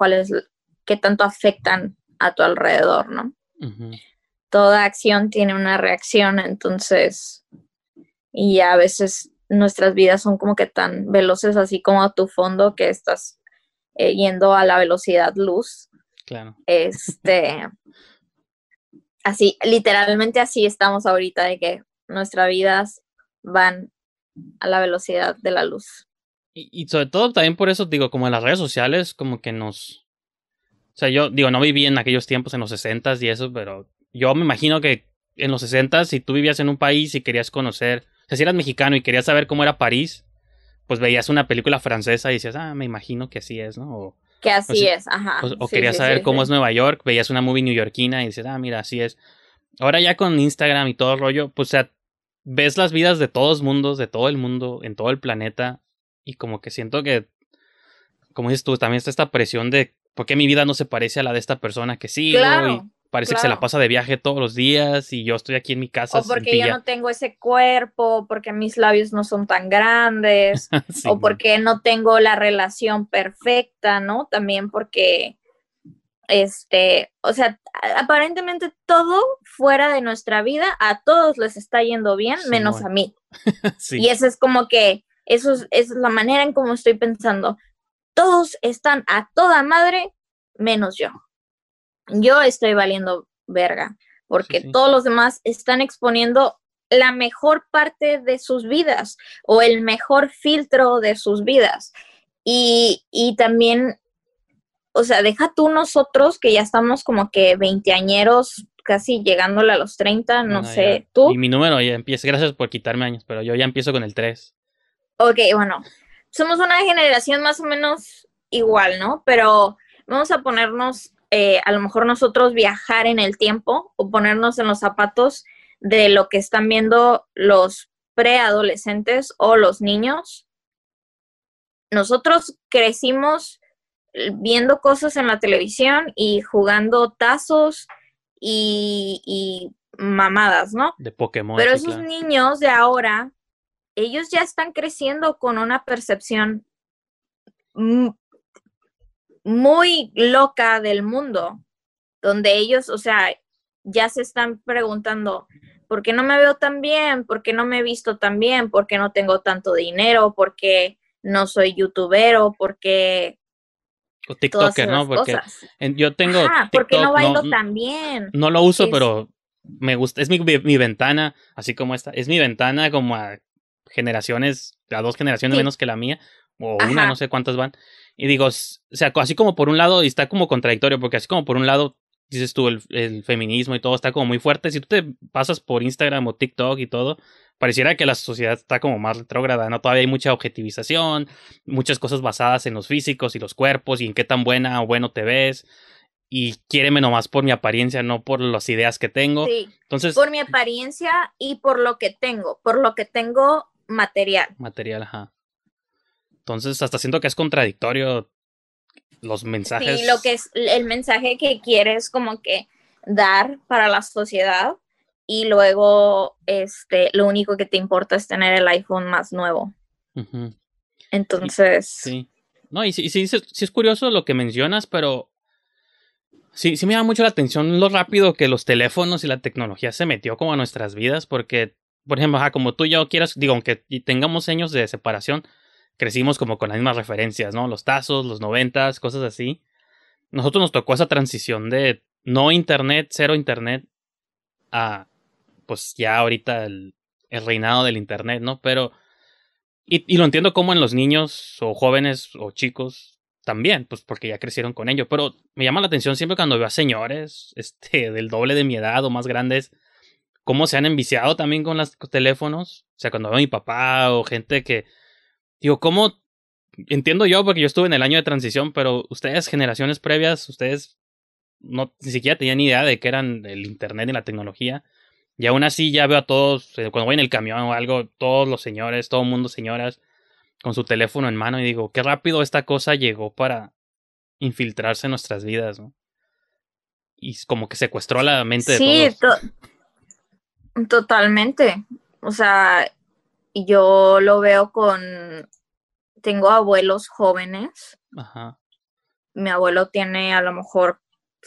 [SPEAKER 5] afectan a tu alrededor, ¿no?
[SPEAKER 4] Uh-huh.
[SPEAKER 5] Toda acción tiene una reacción, entonces, y a veces nuestras vidas son como que tan veloces así como a tu fondo que estás yendo a la velocidad luz.
[SPEAKER 4] Claro.
[SPEAKER 5] así, literalmente así estamos ahorita, de que nuestras vidas van a la velocidad de la luz.
[SPEAKER 4] Y sobre todo también por eso, digo, como en las redes sociales, como que nos... O sea, yo, digo, no viví en aquellos tiempos, en los 60s y eso, pero yo me imagino que en los 60s, si tú vivías en un país y querías conocer... O sea, si eras mexicano y querías saber cómo era París, pues veías una película francesa y decías, me imagino que así es, ¿no?
[SPEAKER 5] Que así
[SPEAKER 4] o,
[SPEAKER 5] es, ajá.
[SPEAKER 4] o querías saber cómo es Nueva York, veías una movie neoyorquina y dices, mira, así es. Ahora ya con Instagram y todo el rollo, pues o sea, ves las vidas de todos mundos, de todo el mundo, en todo el planeta, y como que siento que, como dices tú, también está esta presión de por qué mi vida no se parece a la de esta persona que sigo,
[SPEAKER 5] Claro,
[SPEAKER 4] y parece que se la pasa de viaje todos los días, y yo estoy aquí en mi casa.
[SPEAKER 5] O porque yo no tengo ese cuerpo, porque mis labios no son tan grandes,
[SPEAKER 4] Sí,
[SPEAKER 5] o porque no tengo la relación perfecta, ¿no? También porque, o sea, aparentemente todo fuera de nuestra vida, a todos les está yendo bien,
[SPEAKER 4] sí,
[SPEAKER 5] menos a mí.
[SPEAKER 4] Sí.
[SPEAKER 5] Y eso es como que, esa es la manera en cómo estoy pensando. Todos están a toda madre, menos yo. Yo estoy valiendo verga, porque
[SPEAKER 4] Sí.
[SPEAKER 5] todos los demás están exponiendo la mejor parte de sus vidas o el mejor filtro de sus vidas. Y también, o sea, deja tú nosotros que ya estamos como que veinteañeros, casi llegándole a los 30, no sé,
[SPEAKER 4] Ya.
[SPEAKER 5] tú.
[SPEAKER 4] Y mi número ya empieza, gracias por quitarme años, pero yo ya empiezo con el 3.
[SPEAKER 5] Ok, bueno, somos una generación más o menos igual, ¿no? Pero vamos a ponernos, a lo mejor nosotros viajar en el tiempo o ponernos en los zapatos de lo que están viendo los preadolescentes o los niños. Nosotros crecimos viendo cosas en la televisión y jugando tazos y mamadas, ¿no?
[SPEAKER 4] De Pokémon.
[SPEAKER 5] Pero
[SPEAKER 4] sí,
[SPEAKER 5] esos
[SPEAKER 4] claro.
[SPEAKER 5] niños de ahora, ellos ya están creciendo con una percepción muy loca del mundo, donde ellos, o sea, ya se están preguntando, ¿por qué no me veo tan bien? ¿Por qué no me he visto tan bien? ¿Por qué no tengo tanto dinero? ¿Por qué no soy youtubero? ¿Por qué
[SPEAKER 4] O
[SPEAKER 5] todas
[SPEAKER 4] TikToker, ¿no?
[SPEAKER 5] esas
[SPEAKER 4] Porque
[SPEAKER 5] cosas?
[SPEAKER 4] yo tengo
[SPEAKER 5] Ajá, ¿por qué no
[SPEAKER 4] TikTok,
[SPEAKER 5] bailo tan bien?
[SPEAKER 4] no lo uso, pero me gusta, es mi ventana, así como esta, es mi ventana como a generaciones, a 2 generaciones
[SPEAKER 5] Sí.
[SPEAKER 4] menos que la mía, o
[SPEAKER 5] Ajá.
[SPEAKER 4] una, no sé cuántas van. Y digo, o sea, así como por un lado, y está como contradictorio, porque así como por un lado, dices tú, el feminismo y todo está como muy fuerte. Si tú te pasas por Instagram o TikTok y todo, pareciera que la sociedad está como más retrógrada, ¿no? Todavía hay mucha objetivización, muchas cosas basadas en los físicos y los cuerpos y en qué tan buena o bueno te ves. Y quiéreme nomás por mi apariencia, no por las ideas que tengo.
[SPEAKER 5] Sí,
[SPEAKER 4] entonces,
[SPEAKER 5] por mi apariencia y por lo que tengo material.
[SPEAKER 4] Material, ajá. Entonces, hasta siento que es contradictorio los mensajes.
[SPEAKER 5] Sí, lo que es el mensaje que quieres como que dar para la sociedad y luego lo único que te importa es tener el iPhone más nuevo.
[SPEAKER 4] Uh-huh.
[SPEAKER 5] Entonces...
[SPEAKER 4] Sí. No, y sí es curioso lo que mencionas, pero sí me llama mucho la atención lo rápido que los teléfonos y la tecnología se metió como a nuestras vidas, porque, por ejemplo, como tú y yo quieras, digo, aunque tengamos años de separación, crecimos como con las mismas referencias, ¿no? Los tazos, los 90s, cosas así. Nosotros nos tocó esa transición de no internet, cero internet, a pues ya ahorita el reinado del internet, ¿no? Pero, y lo entiendo como en los niños o jóvenes o chicos también, pues porque ya crecieron con ello, pero me llama la atención siempre cuando veo a señores, del doble de mi edad o más grandes, cómo se han enviciado también con los teléfonos. O sea, cuando veo a mi papá o gente que, digo, ¿cómo? Entiendo yo porque yo estuve en el año de transición, pero ustedes, generaciones previas, ustedes no ni siquiera tenían idea de qué eran el internet y la tecnología. Y aún así ya veo a todos, cuando voy en el camión o algo, todos los señores, todo el mundo señoras, con su teléfono en mano y digo, qué rápido esta cosa llegó para infiltrarse en nuestras vidas, ¿no? Y como que secuestró la mente de todos.
[SPEAKER 5] Totalmente. O sea, yo lo veo tengo abuelos jóvenes.
[SPEAKER 4] Ajá.
[SPEAKER 5] Mi abuelo tiene a lo mejor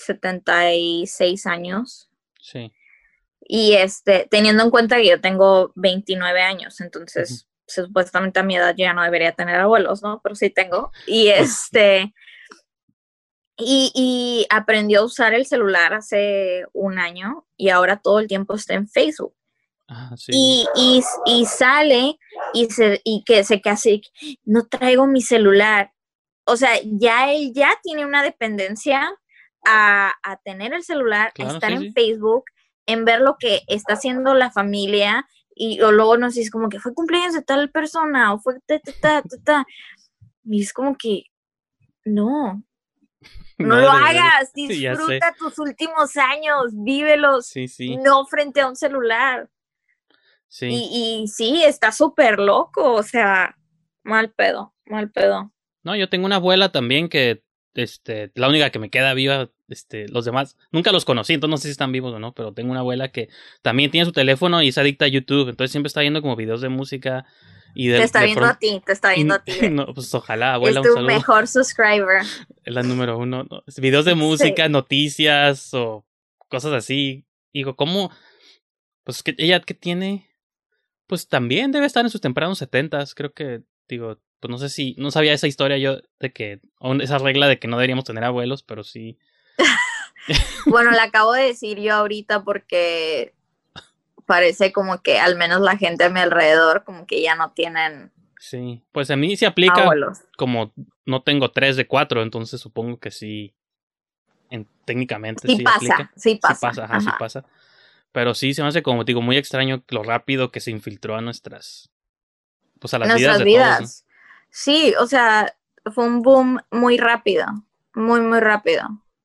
[SPEAKER 5] 76 años.
[SPEAKER 4] Sí.
[SPEAKER 5] Y teniendo en cuenta que yo tengo 29 años, entonces supuestamente a mi edad yo ya no debería tener abuelos, ¿no? Pero sí tengo. Y Y aprendió a usar el celular hace un año y ahora todo el tiempo está en Facebook.
[SPEAKER 4] Sí.
[SPEAKER 5] Y sale y que se casi, no traigo mi celular. O sea, él ya tiene una dependencia a tener el celular,
[SPEAKER 4] Claro,
[SPEAKER 5] a estar
[SPEAKER 4] sí,
[SPEAKER 5] en
[SPEAKER 4] sí.
[SPEAKER 5] Facebook, en ver lo que está haciendo la familia o luego nos dice como que fue cumpleaños de tal persona o fue y es como que no
[SPEAKER 4] No
[SPEAKER 5] lo
[SPEAKER 4] debe ser.
[SPEAKER 5] hagas,
[SPEAKER 4] Ya sé.
[SPEAKER 5] disfruta tus últimos años, vívelos,
[SPEAKER 4] Sí, sí.
[SPEAKER 5] no frente a un celular.
[SPEAKER 4] Sí.
[SPEAKER 5] Y sí, está súper loco, o sea, mal pedo.
[SPEAKER 4] No, yo tengo una abuela también que, la única que me queda viva, los demás, nunca los conocí, entonces no sé si están vivos o no, pero tengo una abuela que también tiene su teléfono y es adicta a YouTube, entonces siempre está viendo como videos de música y
[SPEAKER 5] Te está
[SPEAKER 4] de
[SPEAKER 5] viendo a
[SPEAKER 4] pronto,
[SPEAKER 5] ti, te está viendo a ti.
[SPEAKER 4] no, pues ojalá,
[SPEAKER 5] Es
[SPEAKER 4] abuela, un
[SPEAKER 5] tu
[SPEAKER 4] saludo,
[SPEAKER 5] mejor subscriber.
[SPEAKER 4] es la número uno, ¿no? Videos de
[SPEAKER 5] Sí.
[SPEAKER 4] música, noticias o cosas así, digo, ¿cómo? Pues que ella que tiene, pues también debe estar en sus tempranos 70s, creo que, digo, pues no sé si, no sabía esa historia yo de que, esa regla de que no deberíamos tener abuelos, pero sí.
[SPEAKER 5] Bueno, la acabo de decir yo ahorita porque parece como que al menos la gente a mi alrededor como que ya no tienen
[SPEAKER 4] Sí, pues a mí se aplica
[SPEAKER 5] abuelos.
[SPEAKER 4] como no tengo 3 de 4, entonces supongo que sí, técnicamente
[SPEAKER 5] Sí
[SPEAKER 4] sí aplica.
[SPEAKER 5] pasa, sí
[SPEAKER 4] Sí
[SPEAKER 5] pasa.
[SPEAKER 4] pasa, ajá, sí
[SPEAKER 5] Ajá.
[SPEAKER 4] pasa. Pero sí se me hace como digo muy extraño lo rápido que se infiltró a nuestras, pues a las vidas
[SPEAKER 5] Nuestras
[SPEAKER 4] de todos, ¿no?
[SPEAKER 5] vidas. Sí, o sea, fue un boom muy rápido, muy rápido.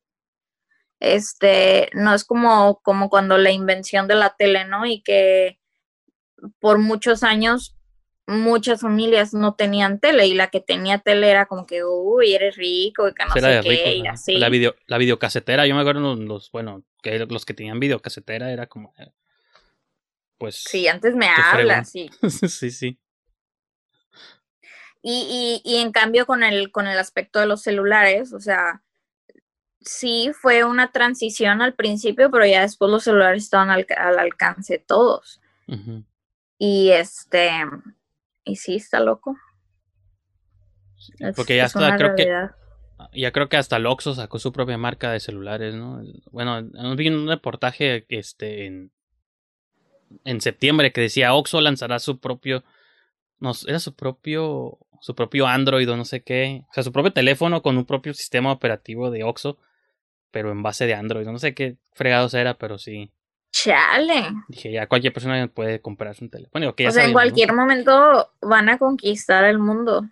[SPEAKER 5] No es como cuando la invención de la tele, ¿no? Y que por muchos años muchas familias no tenían tele y la que tenía tele era como que, uy, eres rico y que no
[SPEAKER 4] Pues era
[SPEAKER 5] sé
[SPEAKER 4] de
[SPEAKER 5] qué
[SPEAKER 4] ricos,
[SPEAKER 5] y
[SPEAKER 4] ajá.
[SPEAKER 5] así.
[SPEAKER 4] La videocasetera, yo me acuerdo bueno, que los que tenían videocasetera era como,
[SPEAKER 5] Sí,
[SPEAKER 4] pues,
[SPEAKER 5] antes me
[SPEAKER 4] qué fregón.
[SPEAKER 5] hablas, sí.
[SPEAKER 4] Sí, sí.
[SPEAKER 5] Y en cambio con el aspecto de los celulares, o sea, sí fue una transición al principio, pero ya después los celulares estaban al alcance de todos.
[SPEAKER 4] Ujú.
[SPEAKER 5] Y y sí, está loco.
[SPEAKER 4] Porque ya
[SPEAKER 5] Es
[SPEAKER 4] hasta
[SPEAKER 5] una
[SPEAKER 4] creo que
[SPEAKER 5] realidad.
[SPEAKER 4] ya creo que hasta el Oxxo sacó su propia marca de celulares, ¿no? Bueno, vi un reportaje en septiembre que decía Oxxo lanzará su propio, no, era su propio Android o no sé qué, o sea, su propio teléfono con un propio sistema operativo de Oxxo, pero en base de Android, no sé qué fregados era, pero sí,
[SPEAKER 5] Chale.
[SPEAKER 4] dije, ya cualquier persona puede comprarse un teléfono, digo, que
[SPEAKER 5] O
[SPEAKER 4] ya
[SPEAKER 5] sea, en
[SPEAKER 4] sabíamos, ¿no?
[SPEAKER 5] cualquier momento van a conquistar el mundo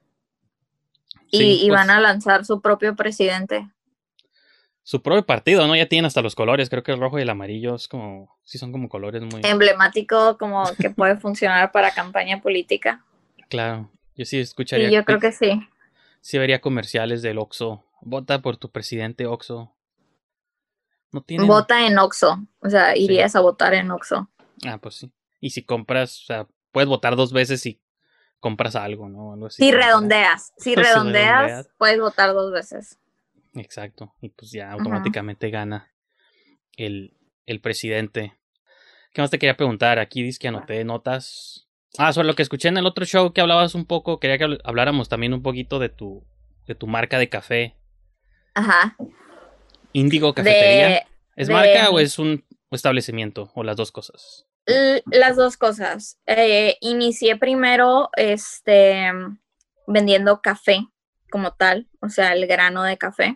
[SPEAKER 4] Sí,
[SPEAKER 5] y van
[SPEAKER 4] pues
[SPEAKER 5] a lanzar su propio presidente.
[SPEAKER 4] su propio partido, ¿no? Ya tienen hasta los colores, creo que el rojo y el amarillo es como, sí son como colores muy,
[SPEAKER 5] Emblemático como que puede funcionar para campaña política.
[SPEAKER 4] claro. Yo sí
[SPEAKER 5] Sí,
[SPEAKER 4] escucharía,
[SPEAKER 5] yo creo que sí.
[SPEAKER 4] sí vería comerciales del Oxxo. Vota por tu presidente Oxxo. No tienen,
[SPEAKER 5] Vota en Oxxo. O sea,
[SPEAKER 4] sí.
[SPEAKER 5] irías a votar en Oxxo.
[SPEAKER 4] Ah, pues sí. Y si compras, o sea, puedes votar 2 veces si compras algo, ¿no? Algo así
[SPEAKER 5] Si
[SPEAKER 4] como para,
[SPEAKER 5] redondeas, si
[SPEAKER 4] si redondeas.
[SPEAKER 5] redondeas, puedes votar 2 veces.
[SPEAKER 4] Exacto. Y pues ya
[SPEAKER 5] Ujú.
[SPEAKER 4] automáticamente gana el presidente. ¿Qué más te quería preguntar? Aquí dice que anoté notas. Ah, sobre lo que escuché en el otro show que hablabas un poco, quería que habláramos también un poquito de tu marca de café.
[SPEAKER 5] Ajá.
[SPEAKER 4] Índigo Cafetería.
[SPEAKER 5] De,
[SPEAKER 4] ¿Es
[SPEAKER 5] de
[SPEAKER 4] marca o
[SPEAKER 5] mi
[SPEAKER 4] es un establecimiento? O las dos cosas.
[SPEAKER 5] Las dos cosas. Inicié primero vendiendo café como tal, o sea, el grano de café.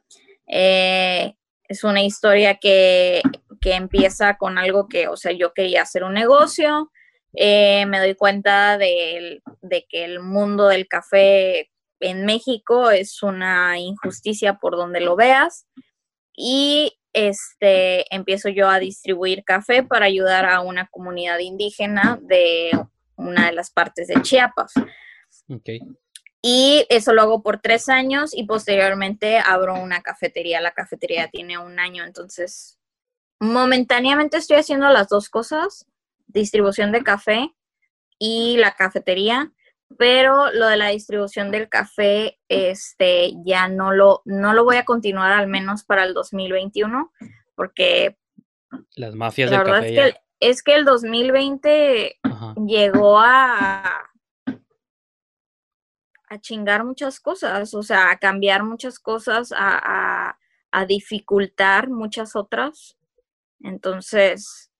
[SPEAKER 5] Es una historia que empieza con algo que, o sea, yo quería hacer un negocio. Me doy cuenta de que el mundo del café en México es una injusticia por donde lo veas y empiezo yo a distribuir café para ayudar a una comunidad indígena de una de las partes de Chiapas.
[SPEAKER 4] Ok.
[SPEAKER 5] Y eso lo hago por 3 años y posteriormente abro una cafetería. La cafetería tiene un año, entonces momentáneamente estoy haciendo las dos cosas, distribución de café y la cafetería, pero lo de la distribución del café, ya no lo voy a continuar al menos para el 2021, porque
[SPEAKER 4] Las mafias
[SPEAKER 5] la
[SPEAKER 4] del
[SPEAKER 5] verdad
[SPEAKER 4] café ya.
[SPEAKER 5] es que el 2020
[SPEAKER 4] Ajá.
[SPEAKER 5] llegó a chingar muchas cosas, o sea, a cambiar muchas cosas, a dificultar muchas otras. Entonces,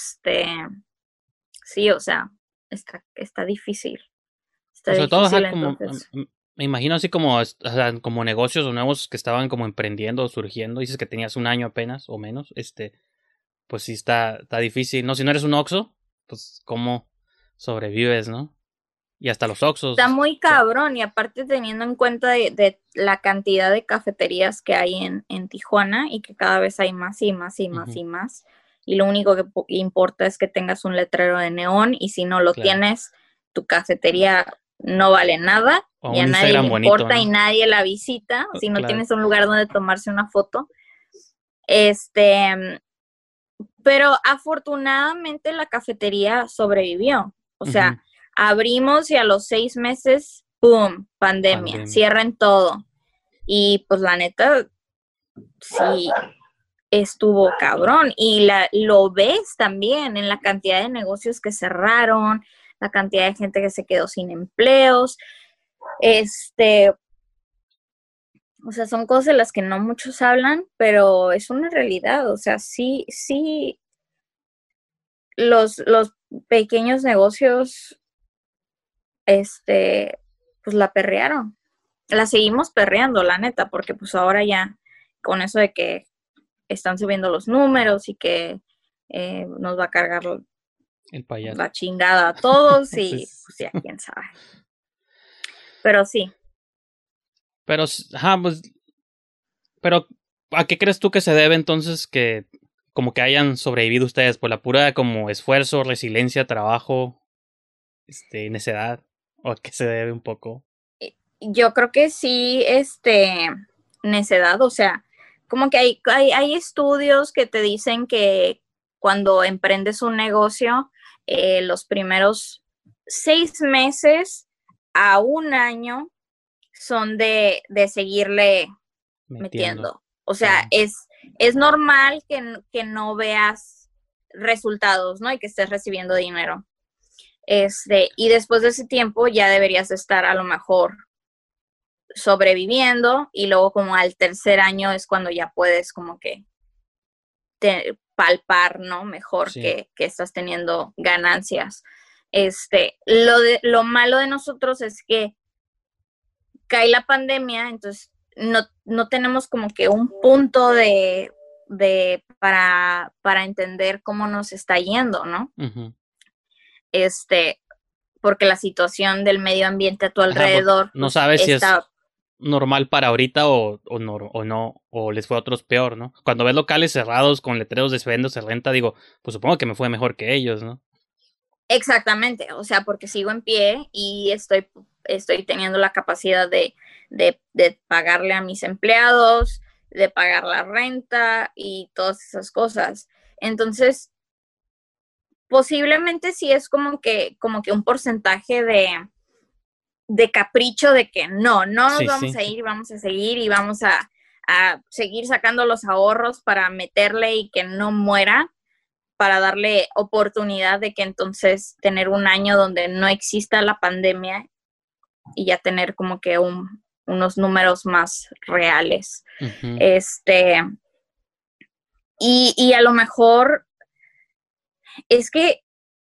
[SPEAKER 5] sí, o sea, está difícil. Está
[SPEAKER 4] Pues sobre todo,
[SPEAKER 5] difícil,
[SPEAKER 4] como,
[SPEAKER 5] entonces.
[SPEAKER 4] me imagino así como, o sea, como negocios nuevos que estaban como emprendiendo, surgiendo. Dices que tenías un año apenas o menos. Pues sí está difícil, ¿no? Si no eres un Oxxo, pues cómo sobrevives, ¿no? Y hasta los
[SPEAKER 5] Está
[SPEAKER 4] Oxxos.
[SPEAKER 5] muy cabrón, y aparte teniendo en cuenta de la cantidad de cafeterías que hay en Tijuana y que cada vez hay más y más y más
[SPEAKER 4] Ujú.
[SPEAKER 5] y más. Y lo único que importa es que tengas un letrero de neón, y si no lo
[SPEAKER 4] Claro.
[SPEAKER 5] tienes, tu cafetería no vale nada
[SPEAKER 4] O
[SPEAKER 5] y a
[SPEAKER 4] un
[SPEAKER 5] nadie le
[SPEAKER 4] Instagram bonito,
[SPEAKER 5] importa y
[SPEAKER 4] ¿no?
[SPEAKER 5] nadie la visita si no
[SPEAKER 4] Claro.
[SPEAKER 5] tienes un lugar donde tomarse una foto. Pero afortunadamente la cafetería sobrevivió. O sea,
[SPEAKER 4] Ujú.
[SPEAKER 5] abrimos y a los 6 meses, ¡pum!, pandemia,
[SPEAKER 4] Pandemia.
[SPEAKER 5] cierren todo. Y pues la neta, sí, estuvo cabrón. Y lo ves también en la cantidad de negocios que cerraron, la cantidad de gente que se quedó sin empleos. O sea, son cosas de las que no muchos hablan, pero es una realidad. O sea, sí, sí, los pequeños negocios, pues la perrearon. La seguimos perreando, la neta, porque pues ahora ya, con eso de que están subiendo los números y que nos va a cargar
[SPEAKER 4] El payaso.
[SPEAKER 5] la chingada a todos, y
[SPEAKER 4] Pues,
[SPEAKER 5] pues ya, quién sabe. Pero sí.
[SPEAKER 4] pero, ajá, pues, pero, ¿a qué crees tú que se debe entonces que como que hayan sobrevivido ustedes? ¿Por la pura como esfuerzo, resiliencia, trabajo, necedad? ¿O a qué se debe un poco?
[SPEAKER 5] Yo creo que sí, necedad, o sea, como que hay estudios que te dicen que cuando emprendes un negocio, los primeros 6 meses a un año son de seguirle
[SPEAKER 4] Metiendo.
[SPEAKER 5] metiendo. O sea,
[SPEAKER 4] Sí.
[SPEAKER 5] es normal que no veas resultados, ¿no? Y que estés recibiendo dinero. Y después de ese tiempo ya deberías estar a lo mejor sobreviviendo, y luego como al tercer año es cuando ya puedes como que palpar, ¿no? Mejor
[SPEAKER 4] Sí.
[SPEAKER 5] que estás teniendo ganancias. Lo malo de nosotros es que cae la pandemia, entonces no tenemos como que un punto para entender cómo nos está yendo, ¿no?
[SPEAKER 4] Uh-huh.
[SPEAKER 5] Porque la situación del medio ambiente a tu
[SPEAKER 4] Ajá, porque
[SPEAKER 5] alrededor,
[SPEAKER 4] no
[SPEAKER 5] pues
[SPEAKER 4] sabes si es
[SPEAKER 5] está.
[SPEAKER 4] normal para ahorita o no, o les fue a otros peor, ¿no? Cuando ves locales cerrados con letreros de se vende o se renta, digo, pues supongo que me fue mejor que ellos, ¿no?
[SPEAKER 5] Exactamente, o sea, porque sigo en pie y estoy teniendo la capacidad de pagarle a mis empleados, de pagar la renta y todas esas cosas. Entonces, posiblemente sí es como que un porcentaje de capricho de que no nos
[SPEAKER 4] Sí,
[SPEAKER 5] vamos
[SPEAKER 4] sí.
[SPEAKER 5] a ir y vamos a seguir y vamos a seguir sacando los ahorros para meterle y que no muera, para darle oportunidad de que entonces tener un año donde no exista la pandemia y ya tener como que unos números más reales.
[SPEAKER 4] Uh-huh.
[SPEAKER 5] Y a lo mejor es que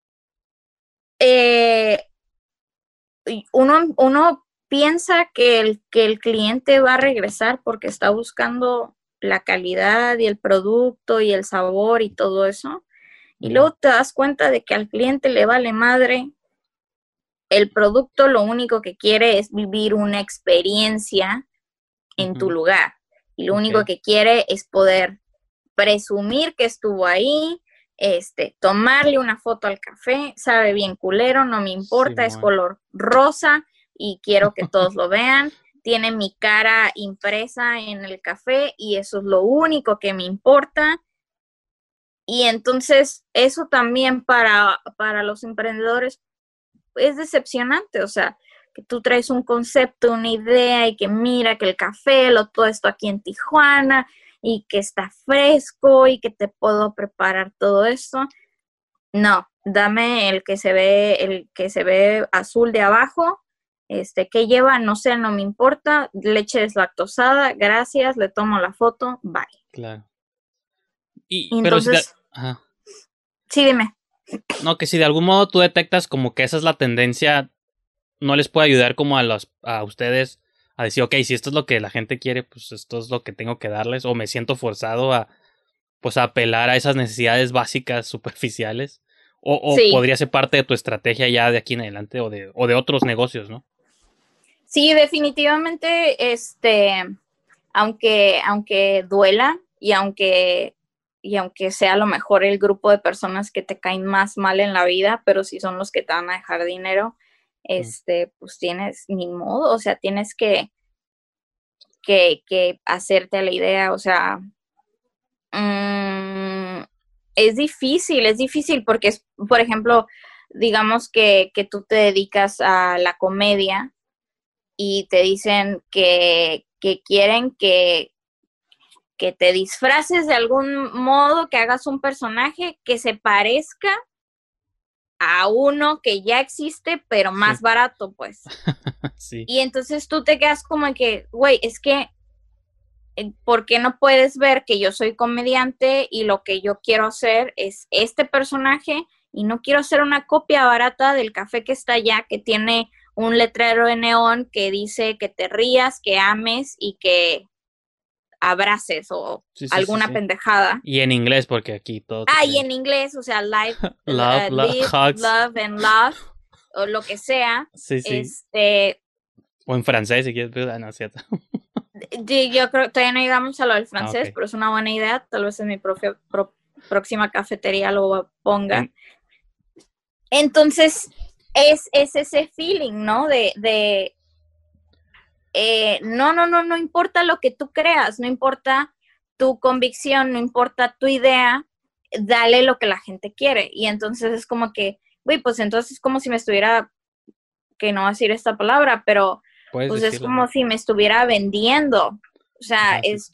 [SPEAKER 5] uno piensa que el cliente va a regresar porque está buscando la calidad y el producto y el sabor y todo eso. Y luego te das cuenta de que al cliente le vale madre. El producto lo único que quiere es vivir una experiencia en tu lugar. Y lo único que quiere es poder presumir que estuvo ahí, tomarle una foto al café, sabe bien culero, no me importa, es color rosa y quiero que todos lo vean. Tiene mi cara impresa en el café y eso es lo único que me importa. Y entonces eso también para los emprendedores es decepcionante, o sea, que tú traes un concepto, una idea y que mira que el café, todo esto aquí en Tijuana y que está fresco y que te puedo preparar todo esto. No, dame el que se ve azul de abajo ¿Qué lleva? No sé, no me importa. Leche deslactosada, gracias, le tomo la foto, bye.
[SPEAKER 4] Claro.
[SPEAKER 5] Y
[SPEAKER 4] Pero si
[SPEAKER 5] entonces,
[SPEAKER 4] ajá.
[SPEAKER 5] sí, dime.
[SPEAKER 4] No, que si de algún modo tú detectas como que esa es la tendencia, no les puede ayudar como a ustedes a decir, ok, si esto es lo que la gente quiere, pues esto es lo que tengo que darles, o me siento forzado a, pues, a apelar a esas necesidades básicas superficiales, o
[SPEAKER 5] Sí,
[SPEAKER 4] podría ser parte de tu estrategia ya de aquí en adelante, o de otros negocios, ¿no?
[SPEAKER 5] sí, definitivamente, aunque duela y aunque sea a lo mejor el grupo de personas que te caen más mal en la vida, pero si son los que te van a dejar dinero, pues tienes ni modo, o sea, tienes que hacerte a la idea, o sea, mm, es difícil porque, por ejemplo, digamos que tú te dedicas a la comedia y te dicen que quieren que te disfraces de algún modo, que hagas un personaje que se parezca a uno que ya existe, pero más
[SPEAKER 4] Sí.
[SPEAKER 5] barato, pues.
[SPEAKER 4] Sí.
[SPEAKER 5] Y entonces tú te quedas como que, güey, es que, ¿por qué no puedes ver que yo soy comediante y lo que yo quiero hacer es este personaje y no quiero hacer una copia barata del café que está allá, que tiene un letrero de neón que dice que te rías, que ames y que abraces o
[SPEAKER 4] Sí, sí, sí,
[SPEAKER 5] alguna
[SPEAKER 4] sí.
[SPEAKER 5] pendejada?
[SPEAKER 4] Y en inglés, porque aquí todo se
[SPEAKER 5] Y
[SPEAKER 4] trae.
[SPEAKER 5] en inglés, o sea, live,
[SPEAKER 4] Hugs.
[SPEAKER 5] love and love, o lo que sea.
[SPEAKER 4] Sí, sí. O en francés, si quieres, pero no es cierto.
[SPEAKER 5] Yo creo que todavía no llegamos a lo del
[SPEAKER 4] Ah,
[SPEAKER 5] francés,
[SPEAKER 4] ok.
[SPEAKER 5] pero es una buena idea. Tal vez en mi próxima cafetería lo ponga.
[SPEAKER 4] En-
[SPEAKER 5] Entonces, es ese feeling, ¿no? No importa lo que tú creas, no importa tu convicción, no importa tu idea, dale lo que la gente quiere. Y entonces es como que, güey, pues entonces es como si me estuviera, que no voy a decir esta palabra, pero
[SPEAKER 4] Puedes
[SPEAKER 5] pues es
[SPEAKER 4] decirlo,
[SPEAKER 5] como
[SPEAKER 4] ¿no?
[SPEAKER 5] si me estuviera vendiendo. O sea,
[SPEAKER 4] Ajá, sí.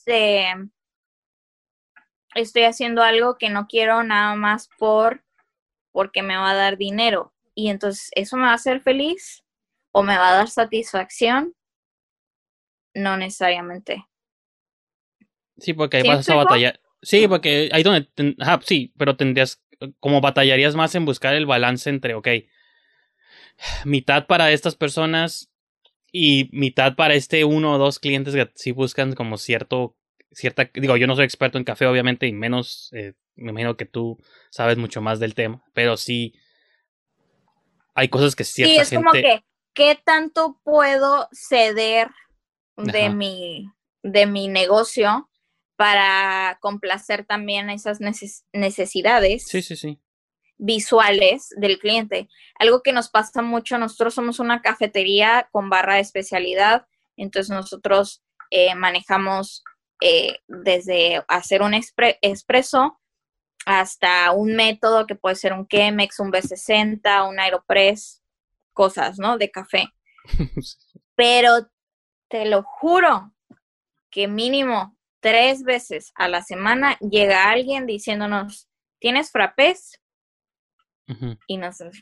[SPEAKER 5] estoy haciendo algo que no quiero nada más porque me va a dar dinero. Y entonces, ¿eso me va a hacer feliz? ¿O me va a dar satisfacción? No necesariamente.
[SPEAKER 4] Sí, porque ahí
[SPEAKER 5] ¿Sí me
[SPEAKER 4] vas a
[SPEAKER 5] explico?
[SPEAKER 4] batallar. Sí, porque ahí donde... Ajá, sí, pero tendrías... Como batallarías más en buscar el balance entre, ok, mitad para estas personas y mitad para este uno o dos clientes que sí buscan como cierta... Digo, yo no soy experto en café, obviamente, y menos... me imagino que tú sabes mucho más del tema, pero sí hay cosas que
[SPEAKER 5] Sí,
[SPEAKER 4] cierta
[SPEAKER 5] es como
[SPEAKER 4] gente...
[SPEAKER 5] que, ¿qué tanto puedo ceder de
[SPEAKER 4] Ajá.
[SPEAKER 5] mi negocio para complacer también esas
[SPEAKER 4] Sí,
[SPEAKER 5] necesidades
[SPEAKER 4] sí, sí.
[SPEAKER 5] visuales del cliente? Algo que nos pasa mucho, nosotros somos una cafetería con barra de especialidad, entonces nosotros manejamos desde hacer un expreso hasta un método que puede ser un Chemex, un B60, un Aeropress, cosas, ¿no? De café. Pero te lo juro que mínimo 3 veces a la semana llega alguien diciéndonos, ¿tienes frappés?
[SPEAKER 4] Ujú.
[SPEAKER 5] Y nosotros,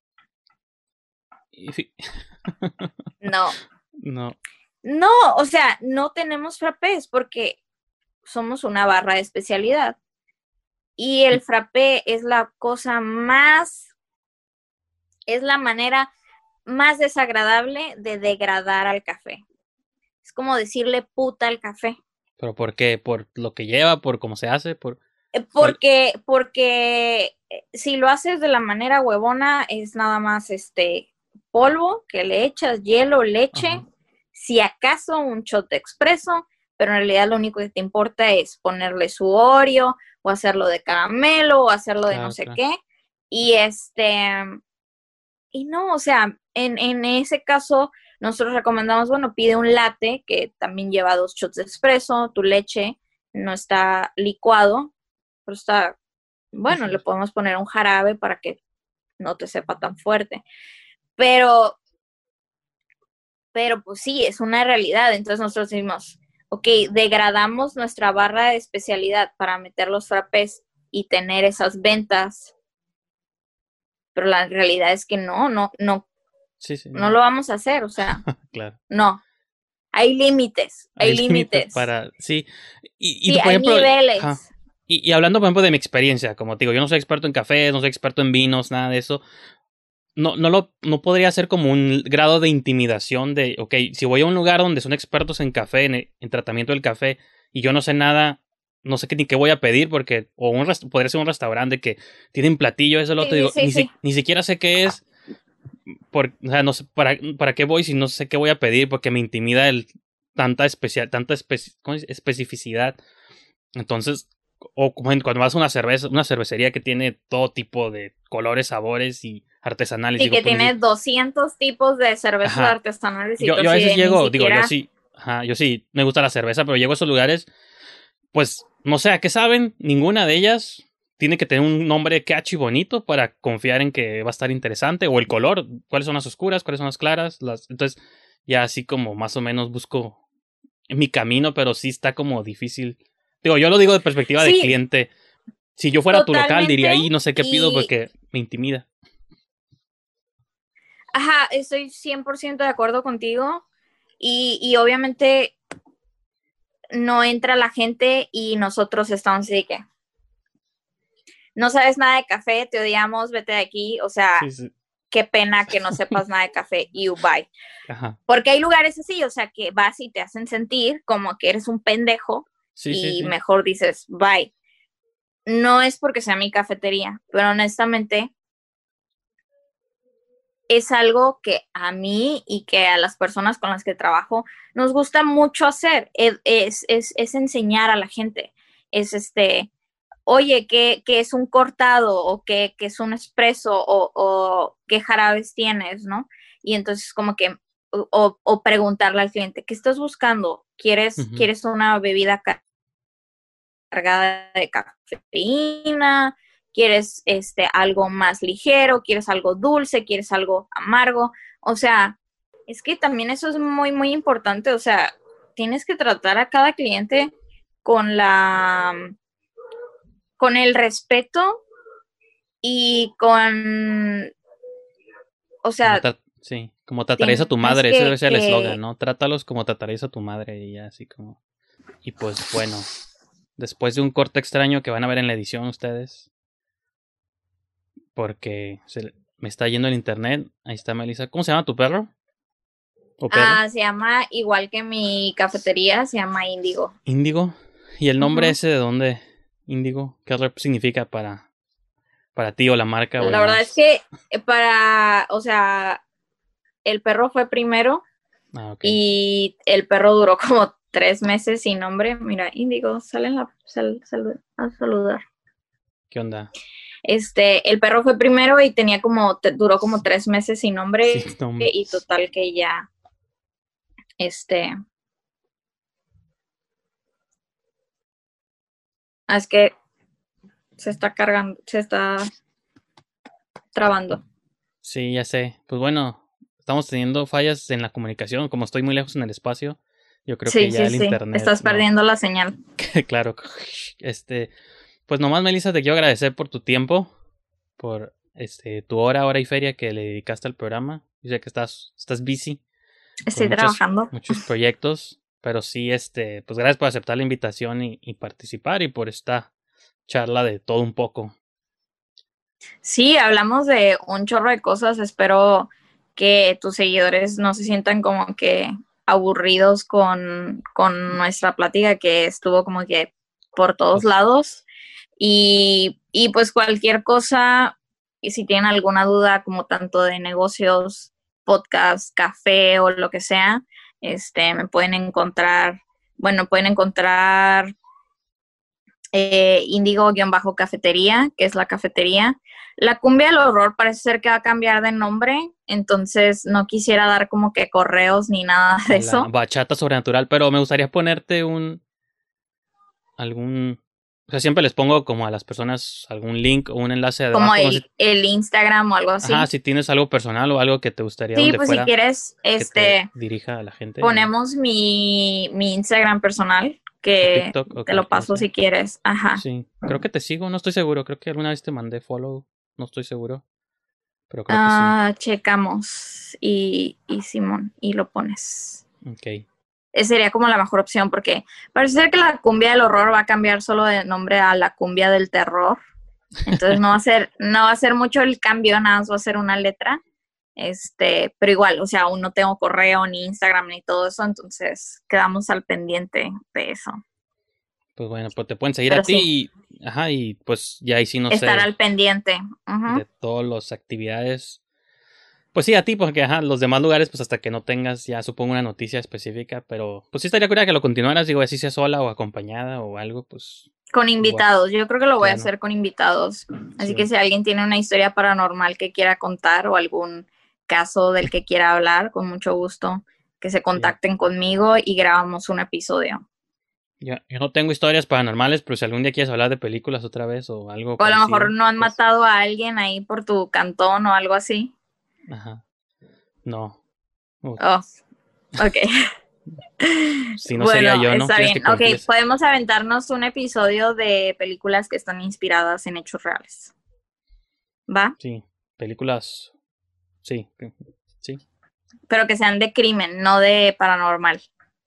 [SPEAKER 4] Y sí.
[SPEAKER 5] no.
[SPEAKER 4] No.
[SPEAKER 5] No, o sea, no tenemos frappés porque somos una barra de especialidad. Y el
[SPEAKER 4] Y
[SPEAKER 5] frappé es es la manera más desagradable de degradar al café. Es como decirle puta al café.
[SPEAKER 4] ¿pero por qué? ¿Por lo que lleva? ¿Por cómo se hace? ¿Por cuál?
[SPEAKER 5] Porque si lo haces de la manera huevona, es nada más polvo que le echas, hielo, leche,
[SPEAKER 4] Ajá.
[SPEAKER 5] si acaso un shot de expreso, pero en realidad lo único que te importa es ponerle su Oreo, o hacerlo de caramelo, o hacerlo de no
[SPEAKER 4] Claro,
[SPEAKER 5] sé
[SPEAKER 4] claro.
[SPEAKER 5] qué. Y y no, o sea, en ese caso, nosotros recomendamos, bueno, pide un latte que también lleva 2 shots de espresso, tu leche no está licuado, pero está,
[SPEAKER 4] Sí,
[SPEAKER 5] bueno,
[SPEAKER 4] sí,
[SPEAKER 5] le
[SPEAKER 4] sí.
[SPEAKER 5] podemos poner un jarabe para que no te sepa tan fuerte. Pero, pero pues sí, es una realidad. Entonces nosotros decimos, ok, degradamos nuestra barra de especialidad para meter los frappés y tener esas ventas, pero la realidad es que no
[SPEAKER 4] Sí, sí.
[SPEAKER 5] No lo vamos a hacer, o sea,
[SPEAKER 4] Claro.
[SPEAKER 5] no. Hay límites, hay límites.
[SPEAKER 4] Para... Sí. Y
[SPEAKER 5] Sí,
[SPEAKER 4] por
[SPEAKER 5] hay
[SPEAKER 4] ejemplo...
[SPEAKER 5] niveles.
[SPEAKER 4] Ajá. Y hablando, por ejemplo, de mi experiencia, como te digo, yo no soy experto en café, no soy experto en vinos, nada de eso. No podría ser como un grado de intimidación de, ok, si voy a un lugar donde son expertos en café, en tratamiento del café, y yo no sé nada, no sé ni qué voy a pedir, porque, o podría ser un restaurante que tienen platillo, eso, lo otro, digo,
[SPEAKER 5] Sí.
[SPEAKER 4] ni siquiera sé qué es, o sea, no sé para qué voy si no sé qué voy a pedir, porque me intimida ¿cómo es? Especificidad. Entonces, o como cuando vas a una cervecería que tiene todo tipo de colores, sabores y artesanales,
[SPEAKER 5] Sí,
[SPEAKER 4] digo,
[SPEAKER 5] que
[SPEAKER 4] pues
[SPEAKER 5] tiene 200 tipos de cervezas
[SPEAKER 4] ajá.
[SPEAKER 5] artesanales y
[SPEAKER 4] Yo
[SPEAKER 5] tú
[SPEAKER 4] a
[SPEAKER 5] así
[SPEAKER 4] veces
[SPEAKER 5] de ni
[SPEAKER 4] llego, digo,
[SPEAKER 5] siquiera...
[SPEAKER 4] yo sí me gusta la cerveza, pero llego a esos lugares, pues no sé a qué saben, ninguna de ellas tiene que tener un nombre catchy bonito para confiar en que va a estar interesante, o el color, cuáles son las oscuras, cuáles son las claras, entonces ya así como más o menos busco mi camino, pero sí está como difícil. Digo, yo lo digo de perspectiva de
[SPEAKER 5] Sí,
[SPEAKER 4] cliente. Si yo fuera a tu local, diría,
[SPEAKER 5] totalmente.
[SPEAKER 4] ahí no sé qué pido
[SPEAKER 5] Y,
[SPEAKER 4] porque me intimida.
[SPEAKER 5] ajá, estoy 100% de acuerdo contigo. Y obviamente no entra la gente y nosotros estamos así que no sabes nada de café, te odiamos, vete de aquí. O sea,
[SPEAKER 4] Sí, sí.
[SPEAKER 5] qué pena que no sepas nada de café y bye.
[SPEAKER 4] Ajá.
[SPEAKER 5] Porque hay lugares así, o sea, que vas y te hacen sentir como que eres un pendejo
[SPEAKER 4] Sí, sí,
[SPEAKER 5] y
[SPEAKER 4] sí.
[SPEAKER 5] mejor dices bye. No es porque sea mi cafetería, pero honestamente es algo que a mí y que a las personas con las que trabajo nos gusta mucho hacer. Es enseñar a la gente. Es oye, ¿qué es un cortado? ¿O qué es un espresso? ¿O qué jarabes tienes? ¿No? Y entonces como que, o preguntarle al cliente, ¿qué estás buscando?
[SPEAKER 4] Ujú.
[SPEAKER 5] ¿Quieres una bebida cargada de cafeína? ¿Quieres algo más ligero? ¿Quieres algo dulce? ¿Quieres algo amargo? O sea, es que también eso es muy, muy importante. O sea, tienes que tratar a cada cliente con con el respeto y o sea,
[SPEAKER 4] Sí, como tratarías a tu
[SPEAKER 5] tienes
[SPEAKER 4] madre, ese debe ser el eslogan,
[SPEAKER 5] que
[SPEAKER 4] ¿no? Trátalos como tratarías a tu madre y ya así como. Y pues bueno, después de un corte extraño que van a ver en la edición ustedes, porque me está yendo el internet, ahí está Melissa. ¿Cómo se llama tu perro? ¿O perro?
[SPEAKER 5] se llama igual que mi cafetería, se llama Índigo.
[SPEAKER 4] Índigo. ¿Y el nombre
[SPEAKER 5] Uh-huh.
[SPEAKER 4] ese de dónde? Índigo. ¿Qué significa para ti o la marca o
[SPEAKER 5] La verdad es
[SPEAKER 4] demás?
[SPEAKER 5] que o sea, el perro fue primero
[SPEAKER 4] Ah, ok.
[SPEAKER 5] y el perro duró como 3 meses sin nombre. Mira, Índigo, sale a saludar.
[SPEAKER 4] ¿Qué onda?
[SPEAKER 5] El perro fue primero y tenía duró como 3 meses sin
[SPEAKER 4] Sin
[SPEAKER 5] nombre
[SPEAKER 4] nombre.
[SPEAKER 5] y total que ya, es que se está cargando, se está trabando.
[SPEAKER 4] Sí, ya sé. Pues bueno, estamos teniendo fallas en la comunicación. Como estoy muy lejos en el espacio, yo creo que
[SPEAKER 5] Sí,
[SPEAKER 4] ya
[SPEAKER 5] sí,
[SPEAKER 4] el
[SPEAKER 5] sí,
[SPEAKER 4] internet
[SPEAKER 5] estás
[SPEAKER 4] no.
[SPEAKER 5] perdiendo la señal.
[SPEAKER 4] Claro. Pues nomás, Melissa, te quiero agradecer por tu tiempo, por tu hora y feria que le dedicaste al programa. Yo sé que estás busy con
[SPEAKER 5] Estoy trabajando.
[SPEAKER 4] muchos proyectos, pero sí, pues gracias por aceptar la invitación y participar y por esta charla de todo un poco.
[SPEAKER 5] Sí, hablamos de un chorro de cosas. Espero que tus seguidores no se sientan como que aburridos con nuestra plática que estuvo como que por todos
[SPEAKER 4] Pues,
[SPEAKER 5] lados. Y pues cualquier cosa, y si tienen alguna duda como tanto de negocios, podcast, café o lo que sea, me pueden encontrar, bueno, pueden encontrar Índigo-cafetería, que es la cafetería. La Cumbia del Horror parece ser que va a cambiar de nombre, entonces no quisiera dar como que correos ni nada de
[SPEAKER 4] a la
[SPEAKER 5] eso.
[SPEAKER 4] bachata sobrenatural, pero me gustaría ponerte algún, o sea, siempre les pongo como a las personas algún link o un enlace de
[SPEAKER 5] Como
[SPEAKER 4] abajo, no sé,
[SPEAKER 5] el Instagram o algo
[SPEAKER 4] ajá,
[SPEAKER 5] así.
[SPEAKER 4] si tienes algo personal o algo que te gustaría
[SPEAKER 5] Sí,
[SPEAKER 4] donde
[SPEAKER 5] pues si
[SPEAKER 4] fuera
[SPEAKER 5] quieres,
[SPEAKER 4] que te dirija a la gente
[SPEAKER 5] ponemos mi Instagram personal,
[SPEAKER 4] o
[SPEAKER 5] que
[SPEAKER 4] TikTok o
[SPEAKER 5] te lo
[SPEAKER 4] como
[SPEAKER 5] paso
[SPEAKER 4] sea.
[SPEAKER 5] si quieres. Ajá.
[SPEAKER 4] Sí, creo que te sigo, no estoy seguro, creo que alguna vez te mandé follow, no estoy seguro. Pero creo que
[SPEAKER 5] Checamos y Simón, y lo pones.
[SPEAKER 4] sí. Ok.
[SPEAKER 5] Sería como la mejor opción porque parece ser que la cumbia del horror va a cambiar solo de nombre a la cumbia del terror. Entonces no va a ser mucho el cambio, nada más va a ser una letra. Pero igual, o sea, aún no tengo correo, ni Instagram, ni todo eso, entonces quedamos al pendiente de eso.
[SPEAKER 4] Pues bueno, pues te pueden seguir
[SPEAKER 5] Pero
[SPEAKER 4] a ti y pues ya ahí sí no
[SPEAKER 5] estar
[SPEAKER 4] sé
[SPEAKER 5] al pendiente.
[SPEAKER 4] de todas las actividades. Pues sí, a ti, porque los demás lugares, pues hasta que no tengas ya supongo una noticia específica, pero pues sí estaría curioso que lo continuaras, digo, así sea sola o acompañada o algo, pues.
[SPEAKER 5] Con invitados, yo creo que lo voy a
[SPEAKER 4] Claro.
[SPEAKER 5] hacer con invitados. Así
[SPEAKER 4] Sí.
[SPEAKER 5] que si alguien tiene una historia paranormal que quiera contar o algún caso del que quiera hablar, con mucho gusto que se contacten conmigo y grabamos un episodio.
[SPEAKER 4] Yo no tengo historias paranormales, pero si algún día quieres hablar de películas otra vez o algo
[SPEAKER 5] O a lo
[SPEAKER 4] parecido,
[SPEAKER 5] mejor no han
[SPEAKER 4] pues,
[SPEAKER 5] matado a alguien ahí por tu cantón o algo así.
[SPEAKER 4] Ajá. No.
[SPEAKER 5] Oh, ok.
[SPEAKER 4] Si no sería yo, ¿no?
[SPEAKER 5] Está
[SPEAKER 4] ¿Quieres
[SPEAKER 5] bien.
[SPEAKER 4] que
[SPEAKER 5] Ok,
[SPEAKER 4] confiese?
[SPEAKER 5] podemos aventarnos un episodio de películas que están inspiradas en hechos reales. ¿Va?
[SPEAKER 4] Sí, películas. Sí, sí.
[SPEAKER 5] Pero que sean de crimen, no de paranormal.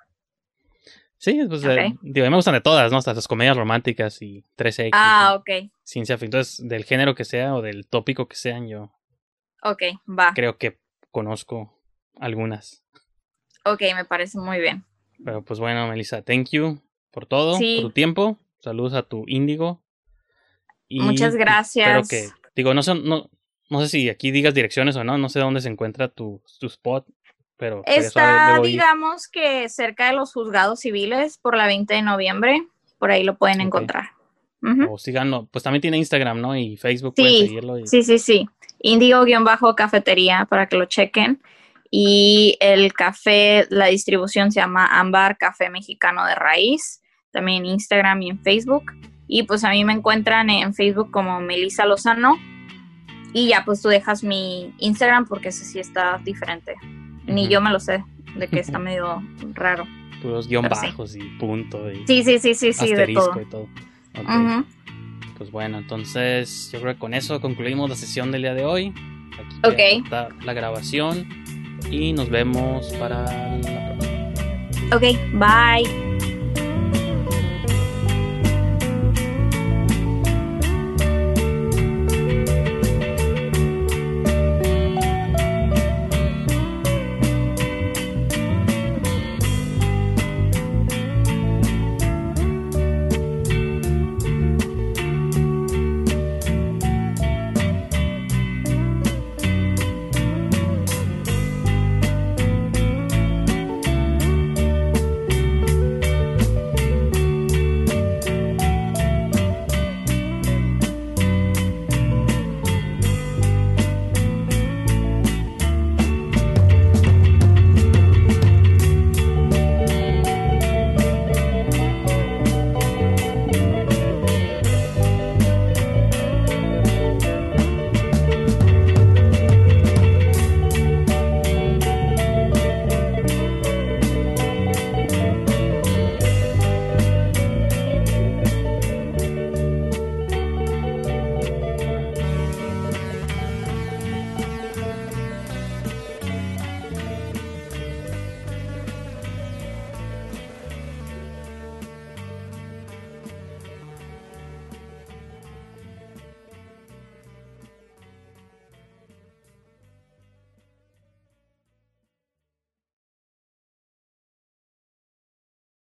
[SPEAKER 4] Sí, pues
[SPEAKER 5] Ok.
[SPEAKER 4] digo, a mí me gustan de todas, ¿no? Hasta las comedias románticas y 13X.
[SPEAKER 5] Ah,
[SPEAKER 4] y
[SPEAKER 5] ok.
[SPEAKER 4] ciencia ficción. Entonces, del género que sea o del tópico que sean, yo
[SPEAKER 5] Ok, va.
[SPEAKER 4] creo que conozco algunas.
[SPEAKER 5] Ok, me parece muy bien.
[SPEAKER 4] Pero pues bueno, Melissa, thank you por todo,
[SPEAKER 5] Sí.
[SPEAKER 4] por tu tiempo. Saludos a tu Índigo. Y
[SPEAKER 5] Muchas gracias.
[SPEAKER 4] espero que, digo, no sé si aquí digas direcciones o no, no sé dónde se encuentra tu spot, pero sería suave
[SPEAKER 5] Está,
[SPEAKER 4] luego ir.
[SPEAKER 5] digamos que cerca de los juzgados civiles por la 20 de noviembre. Por ahí lo pueden
[SPEAKER 4] Ok.
[SPEAKER 5] encontrar. Ujú.
[SPEAKER 4] O síganlo, pues también tiene Instagram, ¿no? Y Facebook, pueden
[SPEAKER 5] Sí,
[SPEAKER 4] seguirlo. Y...
[SPEAKER 5] sí. Índigo-cafetería para que lo chequen. Y el café, la distribución se llama Ámbar Café Mexicano de Raíz. También en Instagram y en Facebook. Y pues a mí me encuentran en Facebook como Melissa Lozano. Y ya pues tú dejas mi Instagram porque ese sí está diferente. Ni
[SPEAKER 4] Ujú.
[SPEAKER 5] yo me lo sé, de que está medio raro.
[SPEAKER 4] Puros guión
[SPEAKER 5] Pero sí.
[SPEAKER 4] bajos y punto. Y
[SPEAKER 5] Sí, de
[SPEAKER 4] asterisco
[SPEAKER 5] todo.
[SPEAKER 4] y todo. Ok.
[SPEAKER 5] Ujú.
[SPEAKER 4] Pues bueno, entonces yo creo que con eso concluimos la sesión del día de hoy. Aquí
[SPEAKER 5] Ok.
[SPEAKER 4] queda cortar la grabación y nos vemos para la próxima.
[SPEAKER 5] Ok, bye.